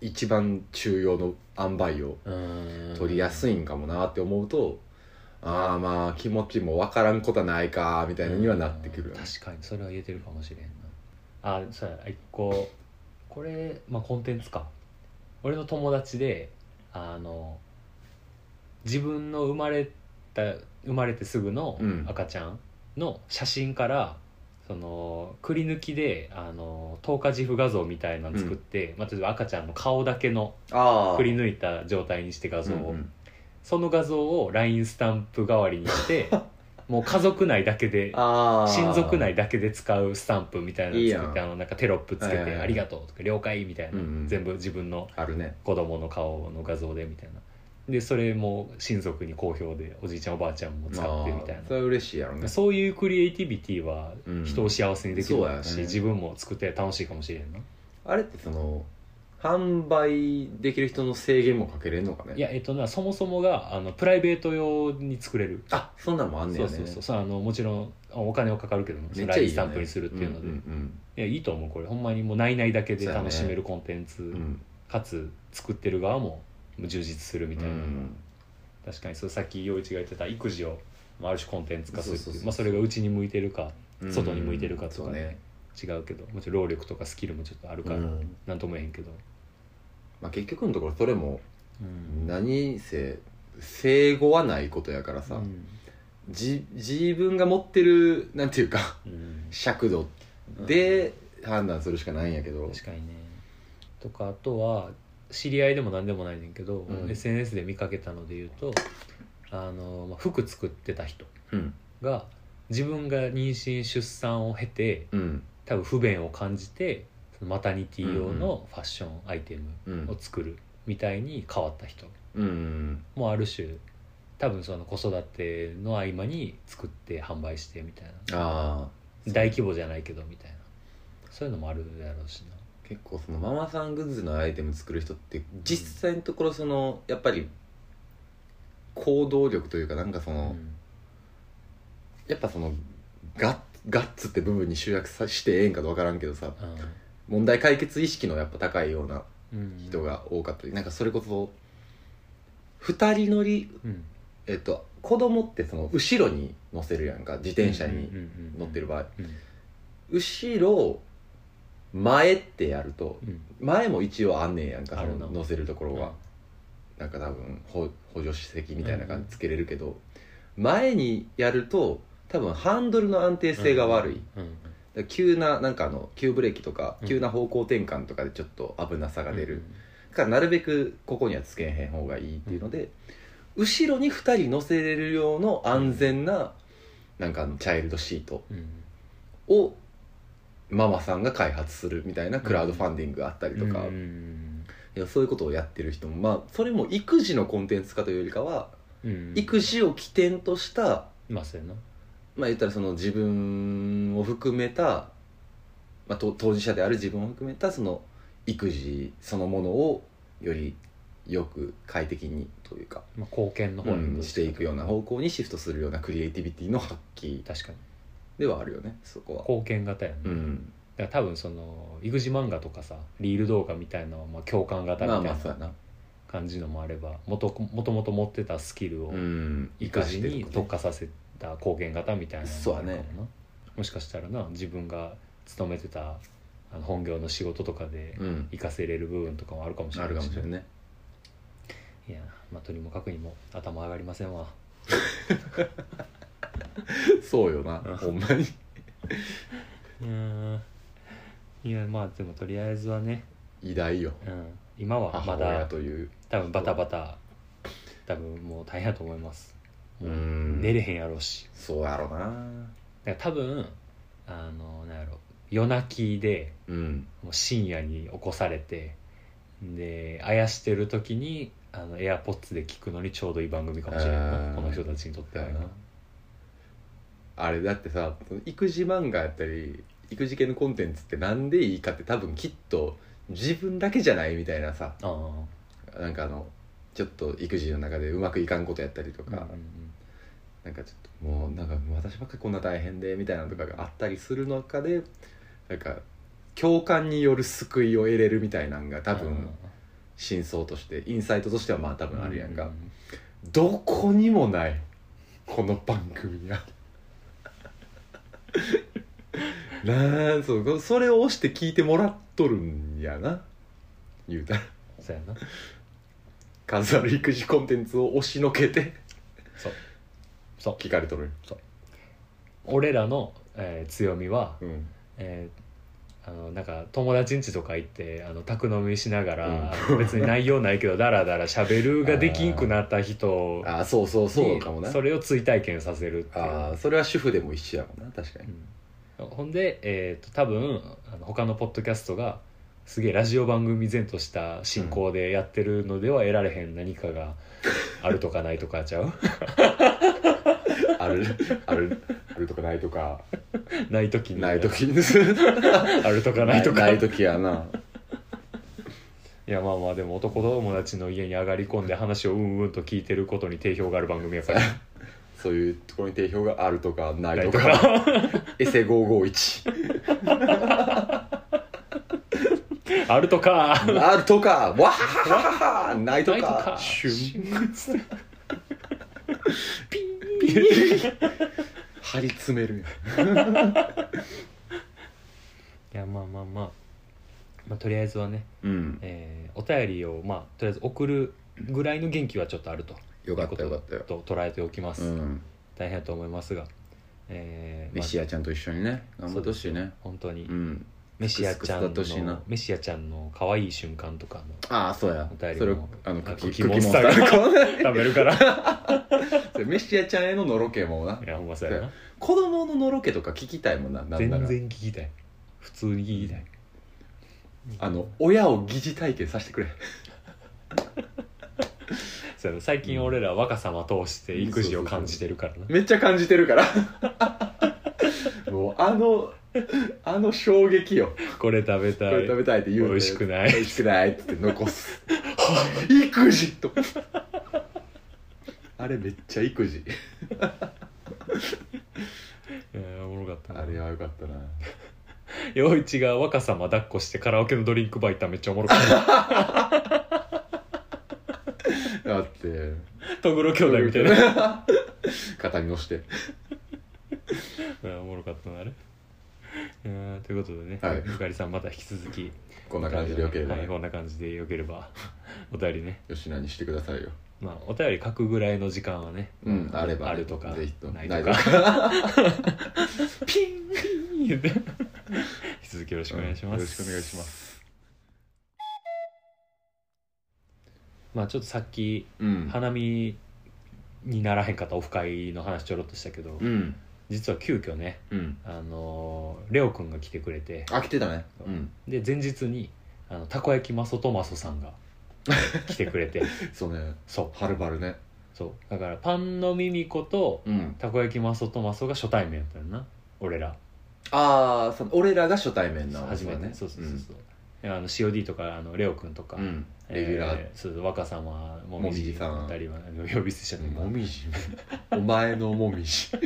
一番中庸の塩梅を取りやすいんかもなって思うと、ああまあ気持ちも分からんことはないかみたいなにはなってくる、ね、 確かにそれは言えてるかもしれんな。あそうや一個これ、まあ、コンテンツか。俺の友達であの自分の生まれた生まれてすぐの赤ちゃんの写真から、うん、そのくり抜きであの透過自負画像みたいなの作って、うんまあ、例えば赤ちゃんの顔だけのくり抜いた状態にして画像を、うんうん、その画像を ライン スタンプ代わりにしてもう家族内だけで親族内だけで使うスタンプみたいなの作って、あのなんかテロップつけて、はいはいはい、ありがとうとか了解みたいな、うんうん、全部自分の子供の顔の画像でみたいなでそれも親族に好評でおじいちゃんおばあちゃんも使ってみたいな。 それは嬉しいやろね。 そういうクリエイティビティは人を幸せにできるし、うんね、自分も作って楽しいかもしれんな。 あれってその販売できる人の制限もかけれんのかね。 いやえっとなそもそもがあのプライベート用に作れる。 あそんなんもあんねやね。 そうそうそうあのもちろんお金はかかるけども、めっちゃいい、ね、ラインスタンプにするっていうので、うんうんうん、いやいいと思う。これほんまにもう内々だけで楽しめるコンテンツ、ねうん、かつ作ってる側も充実するみたいな、うん、確かにそうさっき陽一が言ってた育児をある種コンテンツ化するっていう、そうそうそうそう、まあ、それが内に向いてるか外に向いてるかとかね、うん、違うけどもちろん労力とかスキルもちょっとあるから何とも言えへんけど、 まあ、結局のところそれも何せ生後はないことやからさ、うん、じ自分が持ってるなんていうか、うん、尺度で判断するしかないんやけど、 確かにね。とかあとは知り合いでも何でもないねんけど、うん、エスエヌエス で見かけたので言うとあの、まあ、服作ってた人が自分が妊娠出産を経て、うん、多分不便を感じてマタニティ用のファッションアイテムを作るみたいに変わった人もある種、多分その子育ての合間に作って販売してみたいな、あ大規模じゃないけどみたいな、そういうのもあるやろうしな。 結構そのママさんグッズのアイテム作る人って実際のところそのやっぱり行動力というかなんかその、うん、やっぱそのガッ、ガッツって部分に集約さしてええんかと分からんけどさ、うん問題解決意識のやっぱ高いような人が多かったり、うん、なんかそれこそ二人乗り、うん、えっと子供ってその後ろに乗せるやんか、自転車に乗ってる場合、うんうんうんうん、後ろ前ってやると、うん、前も一応あんねんやんか、その乗せるところは、うん、なんか多分補助席みたいな感じつけれるけど、うん、前にやると多分ハンドルの安定性が悪い、うんうん急ななんかあの急ブレーキとか急な方向転換とかでちょっと危なさが出る、うん、だからなるべくここにはつけへん方がいいっていうので、うん、後ろにふたり乗せれる用の安全な、うん、なんかあのチャイルドシートをママさんが開発するみたいなクラウドファンディングがあったりとか、うん、いやそういうことをやってる人もまあそれも育児のコンテンツ化というよりかは、うん、育児を起点としたまあそうやなまあ言ったらその自分を含めた、まあ、当事者である自分を含めたその育児そのものをよりよく快適にというか、 まあ、貢献の方に、 うん、していくような方向にシフトするようなクリエイティビティの発揮確かにではあるよね。そこは貢献型やね、うん、だから多分その育児漫画とかさリール動画みたいなのはまあ共感型みたいな感じのもあればもともともと持ってたスキルを育児に特化させて貢献型みたいなのそうね、 もしかしたらな自分が勤めてたあの本業の仕事とかで活かせれる部分とかもあるかもしれないし、ね、 あるかもしれないね。 いやまあとにもかくにも頭上がりませんわそうよなほんまにうんいやまあでもとりあえずはね偉大よ、 うん、今はまだ母親という多分バタバタ多分もう大変だと思います。もう寝れへんやろうし、 そうやろな。だから多分あのなんやろ夜泣きで、うん、もう深夜に起こされてであやしてる時にあのエアポッツで聞くのにちょうどいい番組かもしれないこの人たちにとっては。 あれだってさ育児漫画やったり育児系のコンテンツってなんでいいかって多分きっと自分だけじゃないみたいなさ、あなんかあのちょっと育児の中でうまくいかんことやったりとか、うんうんうん、なんかちょっともうなんか私ばっかりこんな大変でみたいなのとかがあったりする中でなんか共感による救いを得れるみたいなのが多分真相としてインサイトとしてはまあ多分あるやんか、 うんどこにもないこの番組にはなあ、そうそれを押して聞いてもらっとるんやな、言うたらそうやな。 数ある育児コンテンツを押しのけてそうそう聞かれとる。 俺らの、えー強みは、 うんえーあのなんか友達ん家とか行ってあの宅飲みしながら、 うんあの別に内容ないけどダラダラしゃべるができんくなった人ああそうそうそうかもな。 にそれを追体験させるっていう。 ああそれは主婦でも一緒やもんな、確かに。 うんほんで、えー、と多分あの他のポッドキャストがすげえラジオ番組前とした進行でやってるのでは得られへん何かがあるとかないとかちゃうあるあるあるとかないとかない時にない時にあるとかないとかない時やな。 いやまあまあでも男友達の家に上がり込んで話をうんうんと聞いてることに定評がある番組やからそういうところに定評があるとかないとないかエセごーごーいちあるとかあるとかわははははないとないとかかシュンピー張り詰めるいやまあまあまあ、まあ、とりあえずはね、 うんえーお便りをまあとりあえず送るぐらいの元気はちょっとあるとよかったよかったよ、 と捉えておきます、 うん、 大変だと思いますが、えーメシアちゃんと一緒にね頑張ってほしいね。 本当に、 うんメシアちゃんすくすく育ってほしいなのメシアちゃんの可愛い瞬間とかのああそうやお便りもそれをあのあクッキクッキーークッキーモンスターがモンスター食べるからそれメシアちゃんへののろけもないやほんまそうやな子供ののろけとか聞きたいもんな、なんな全ら然聞きたい普通に聞きたい、 あの親を疑似体験させてくれ。 そうやな最近俺ら若さま通して育児を感じてるからな、 めっちゃ感じてるからもうあのあの衝撃よ。 これ食べたいこれ食べたいって言うて美味しくない美味しくないって言って残す育児とあれめっちゃ育児いやおもろかったなあれはよかったな。 陽一が若さま抱っこしてカラオケのドリンクバー行ったらめっちゃおもろかっただってトグロ兄弟みたいな肩に乗していやおもろかったなあれ。いやということでね、 はいゆかりさんまた引き続きこんな感じでよければ、 はい、こんな感じでよければお便りね、 吉野にしてくださいよ。 まあお便り書くぐらいの時間はね、 うんあればねあるとかぜひとないないとかとかピンピン言って引き続きよろしくお願いします、 よろしくお願いします。 まあちょっとさっきうん花見にならへんかったオフ会の話ちょろっとしたけど、 うん実は急遽ねうんあのーレオくんが来てくれて、 あ来てたね。うんで前日にあのたこ焼きマソトマソさんが来てくれてそうねそうはるばるね。 そうだからパンのミミコとうんたこ焼きマソトマソが初対面やったよな俺らああその俺らが初対面の初めてねそうそうそうそう、あの シーオーディー とかあのレオくんとか、 うんうんえレギュラーーそう若さまもみもみじじさん二人は呼び捨てしちゃったもみじお前のもみじ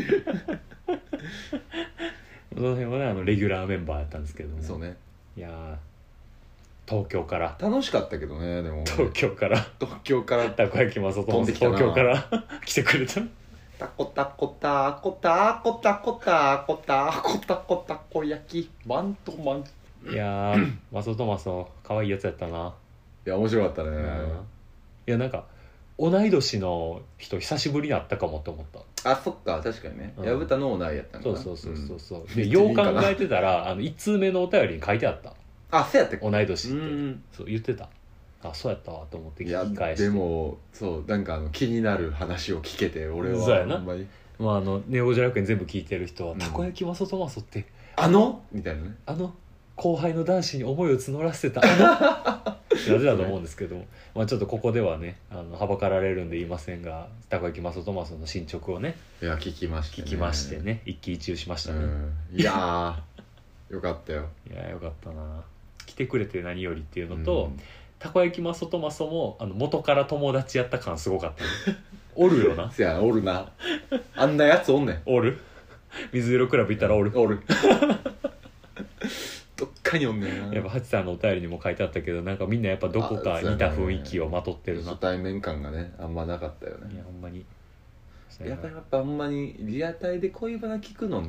その辺はねあのレギュラーメンバーやったんですけどもそうねいやー東京から楽しかったけどね。でも東京から東京からたこ焼きマソトマソ飛んできたな東京から来てくれたタコタコタコタコタコタコタコタコタコ焼きマントマンいやーマソトマソ可愛いやつやったな、 いや面白かったね。 うんいやなんか同い年の人久しぶりに会ったかもって思った。 あそっか確かにねうん矢蓋のおないやったんかな。 そうそうそうそうそう、 んでよう考えてたらあのいち通目のお便りに書いてあったあそうやったっけ。 同い年ってうんそう言ってた。あそうやったわと思っていや聞き返してでもそうなんかあの気になる話を聞けて俺はそうやなほんまにまああのネオジャ楽園全部聞いてる人は、 うんたこ焼きマソトマソってあのみたいなね。 あの後輩の男子に思いを募らせてたあのなぜだと思うんですけど、まあ、ちょっとここではねあのはばかられるんで言いませんがたこ焼きマソトマソの進捗をねいや聞きました聞ねきましてね一喜一憂しましたね、 うんいやーよかったよ。 いやよかったな来てくれて何よりっていうのと、 うんたこ焼きマソトマソもあの元から友達やった感すごかった、ね、おるよなせやおるなあんなやつおんねんおる水色クラブ行ったらおる、 おるどっかにおんねんな。 やっぱハチさんのお便りにも書いてあったけど、なんかみんなやっぱどこか似た雰囲気をまとってるな。 初対面感がねあんまなかったよね。 いやほんまにやっぱやっぱほんまにリアタイで恋バナ聞くのって、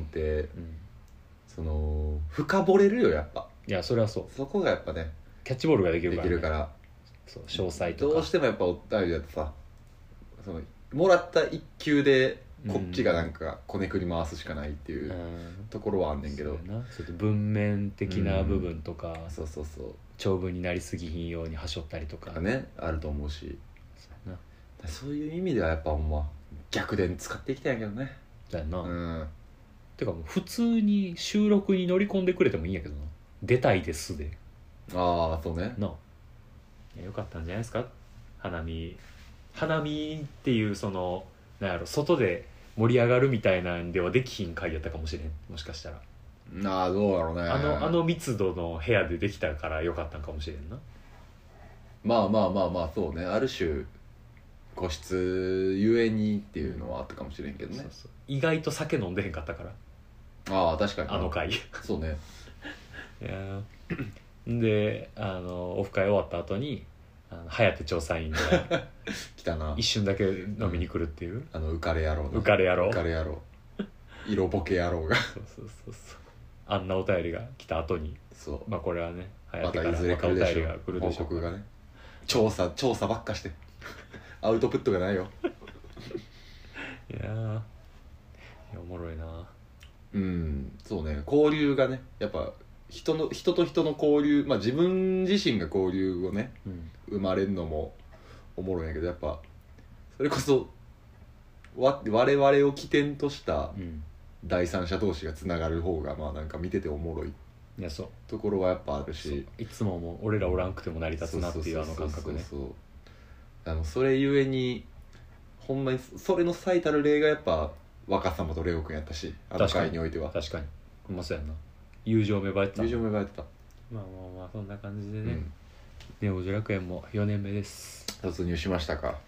うん、 その深掘れるよやっぱ。 いやそれはそう、 そこがやっぱねキャッチボールができるでから、ね、 きるから。 そう詳細とかどうしてもやっぱお便りだとさ、そのもらった一球でこっちがなんかこねくり回すしかないっていうところはあんねんけど、 そうやな、ちょっと文面的な部分とか、 そうそうそう長文になりすぎひんようにはしょったりとかねあると思うし、 そうやな、 そういう意味ではやっぱほんま逆伝使っていきたいんやけどね。 だよな、 うん、 てかもう普通に収録に乗り込んでくれてもいいんやけどな、出たいですでああそうね。 ないやよかったんじゃないですか。花見花見っていうそのなんやろ外で盛り上がるみたいなんではできひん回やったかもしれん、もしかしたらああどうやろうね。 あのあの密度の部屋でできたからよかったんかもしれんな。 まあまあまあまあそうね、ある種個室ゆえにっていうのはあったかもしれんけどね。 そうそう意外と酒飲んでへんかったからああ確かにあの回そうね。 いやであのオフ会終わった後にあの颯調査員が来たな一瞬だけ飲みに来るっていう、 あの浮かれ野郎の浮かれ野郎浮かれ野郎色ボケ野郎がそうそうそうそうあんなお便りが来た後にそうまあこれはねま颯からたいずれまたお便り来るでしょが来るでしょう報告がね。調査調査ばっかしてアウトプットがないよ。 いやーいやおもろいな。 うんそうね、交流がねやっぱ人の人と人の交流、まあ自分自身が交流をねうん生まれるのもおもろいんやけど、やっぱそれこそわ我々を起点としたうん第三者同士がつながる方がまあなんか見てておもろいいやそうところはやっぱあるそうし、 いつももう俺らおらんくても成り立つなっていうあの感覚ね。 そうそうそうそうあのそれゆえにほんまにそれの最たる例がやっぱ若様とレオ君やったし、あの回においては確かにほんまそうやな、友情芽生えてた。 友情芽生えてた。 まあまあまあそんな感じでね、 うんネオ女楽園もよねんめです。 突入しましたか。 はい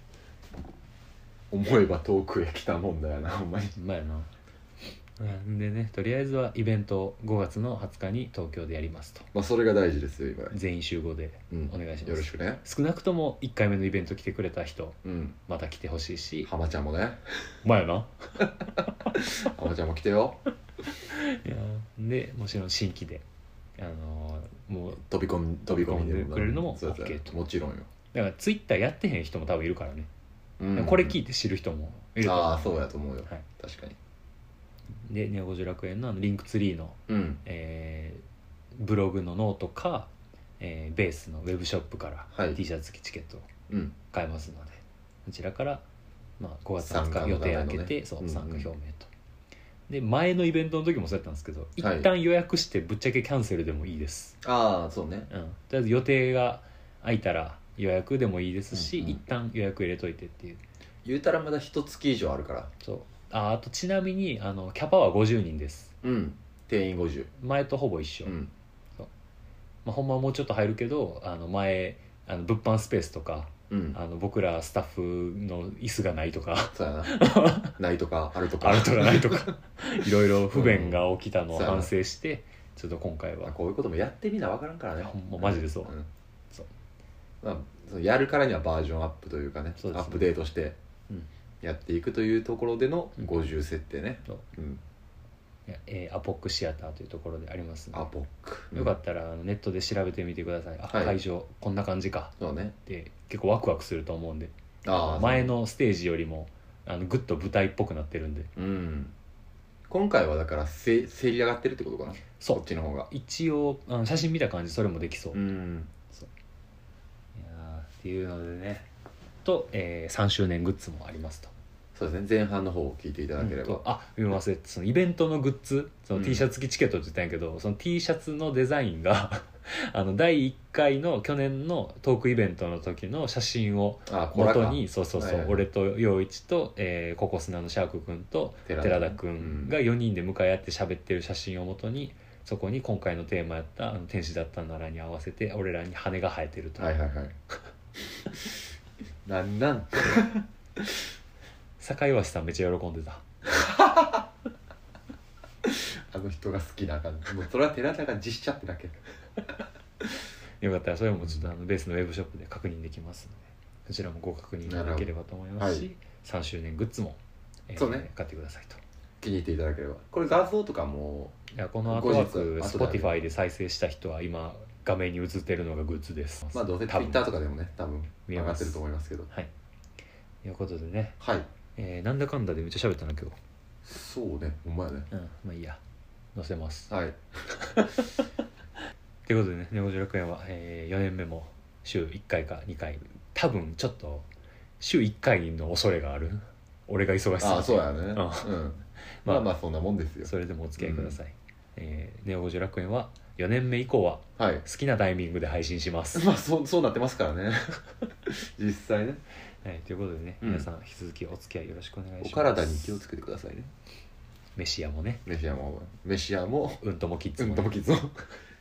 思えば遠くへ来たもんだよなほんまに。 うまいな。うんでねとりあえずはイベントをごがつのはつかに東京でやりますと。 まあそれが大事ですよ今、 全員集合でうん、 お願いします、 よろしくね。 少なくともいっかいめのイベント来てくれた人うんまた来てほしいし、 浜ちゃんもねうまいな浜ちゃんも来てよ。 いやでもちろん新規であのーもう飛び込み飛び込み飛び込んでくれるのもそうそう OK ともちろんよ、 だからツイッターやってへん人も多分いるからね、 うんこれ聞いて知る人もいると思う。 ああそうやと思うよ、 はい、 確かに。 でネオ五十楽園のあのリンクツリーの、 うんえーブログのノートか、えーベースのウェブショップからはい T シャツ付きチケットをうん買えますので、こちらから、まあ、ごがつはつ参加のか予定開ためのねけて、そううんうん参加表明と。で前のイベントの時もそうやったんですけど一はい旦予約してぶっちゃけキャンセルでもいいです、 ああそうね。 うん、とりあえず予定が空いたら予約でもいいですし、 うんうん一旦予約入れといてっていう。 言うたらまだ一月以上あるから。 そうああとちなみにあのキャパはごじゅうにんです。 うん定員ごじゅ前とほぼ一緒、 ううんまあ、ほんまはもうちょっと入るけどあの前あの物販スペースとかうんあの僕らスタッフの椅子がないとかそうやなないとかあるとかあるとかないとかいろいろ不便が起きたのをうんそうやな反省してちょっと今回はこういうこともやってみな分からんからね。 ほんまマジでそう、 んそうまあ、そのやるからにはバージョンアップというかねそうですねアップデートしてうんやっていくというところでのうんごじゅう設定ね、 そううん、 いやえーアポックシアターというところでありますのアポック、 でよかったらあのネットで調べてみてください。あ、 はい会場こんな感じかそうね。 って結構ワクワクすると思うんで、 ああ前のステージよりもあのグッと舞台っぽくなってるんで。 うん今回はだからせせり上がってるってことかな。 そうこっちの方が一応あの写真見た感じそれもできそう、いんやーっていうのでねと、えーさんしゅうねんグッズもありますと。 そうですね前半の方を聞いていただければ、 うんとあ読み忘れてそのイベントのグッズそのうん T シャツ付きチケットって言ったんやけど、その T シャツのデザインがあのだいいっかいの去年のトークイベントの時の写真をあコラか元にそうそうそう、 はいはい俺と陽一と、えーココスナのシャーク君と寺田寺田君がよにんで向かい合って喋ってる写真を元にそこに今回のテーマやったあの天使だったならに合わせて俺らに羽が生えてると、 はいはいはいなんなん坂岩さんめっちゃ喜んでたあの人が好きな感じ。もうそれは寺田が実写ってだけ。 よかったらそれもちょっとあのベースのウェブショップで確認できますので、そちらもご確認いただければと思いますし、はい、さんしゅうねんグッズも、えーそうね、 買ってくださいと。 気に入っていただければ。これ画像とかもいやこのアートワーク Spotify で再生した人は今画面に映ってるのがグッズです。 まあどうせ Twitter とかでもね多分上がってると思いますけど。 はいということでね、 はい、 えー、なんだかんだでめっちゃ喋ったな今日。 そうね、ほんまやね。 うん、まあいいや、載せます。 はいということでね、ネゴジ楽園は、えー、よねんめも週いっかいかにかい、多分ちょっと週いっかいの恐れがある。俺が忙しすぎて。 ああそうやね、うん、うん、まあまあそんなもんですよ。 それでもお付き合いください。うん、えー、ネオ五条楽園はよねんめ以降は好きなタイミングで配信します、 はい、まあそうそうなってますからね実際ね、 はい、ということでね、うん、皆さん引き続きお付き合いよろしくお願いします。 お体に気をつけてくださいね。 メシアもね、 メシアもメシアもうんともキッズも、 ね、うんともキッズも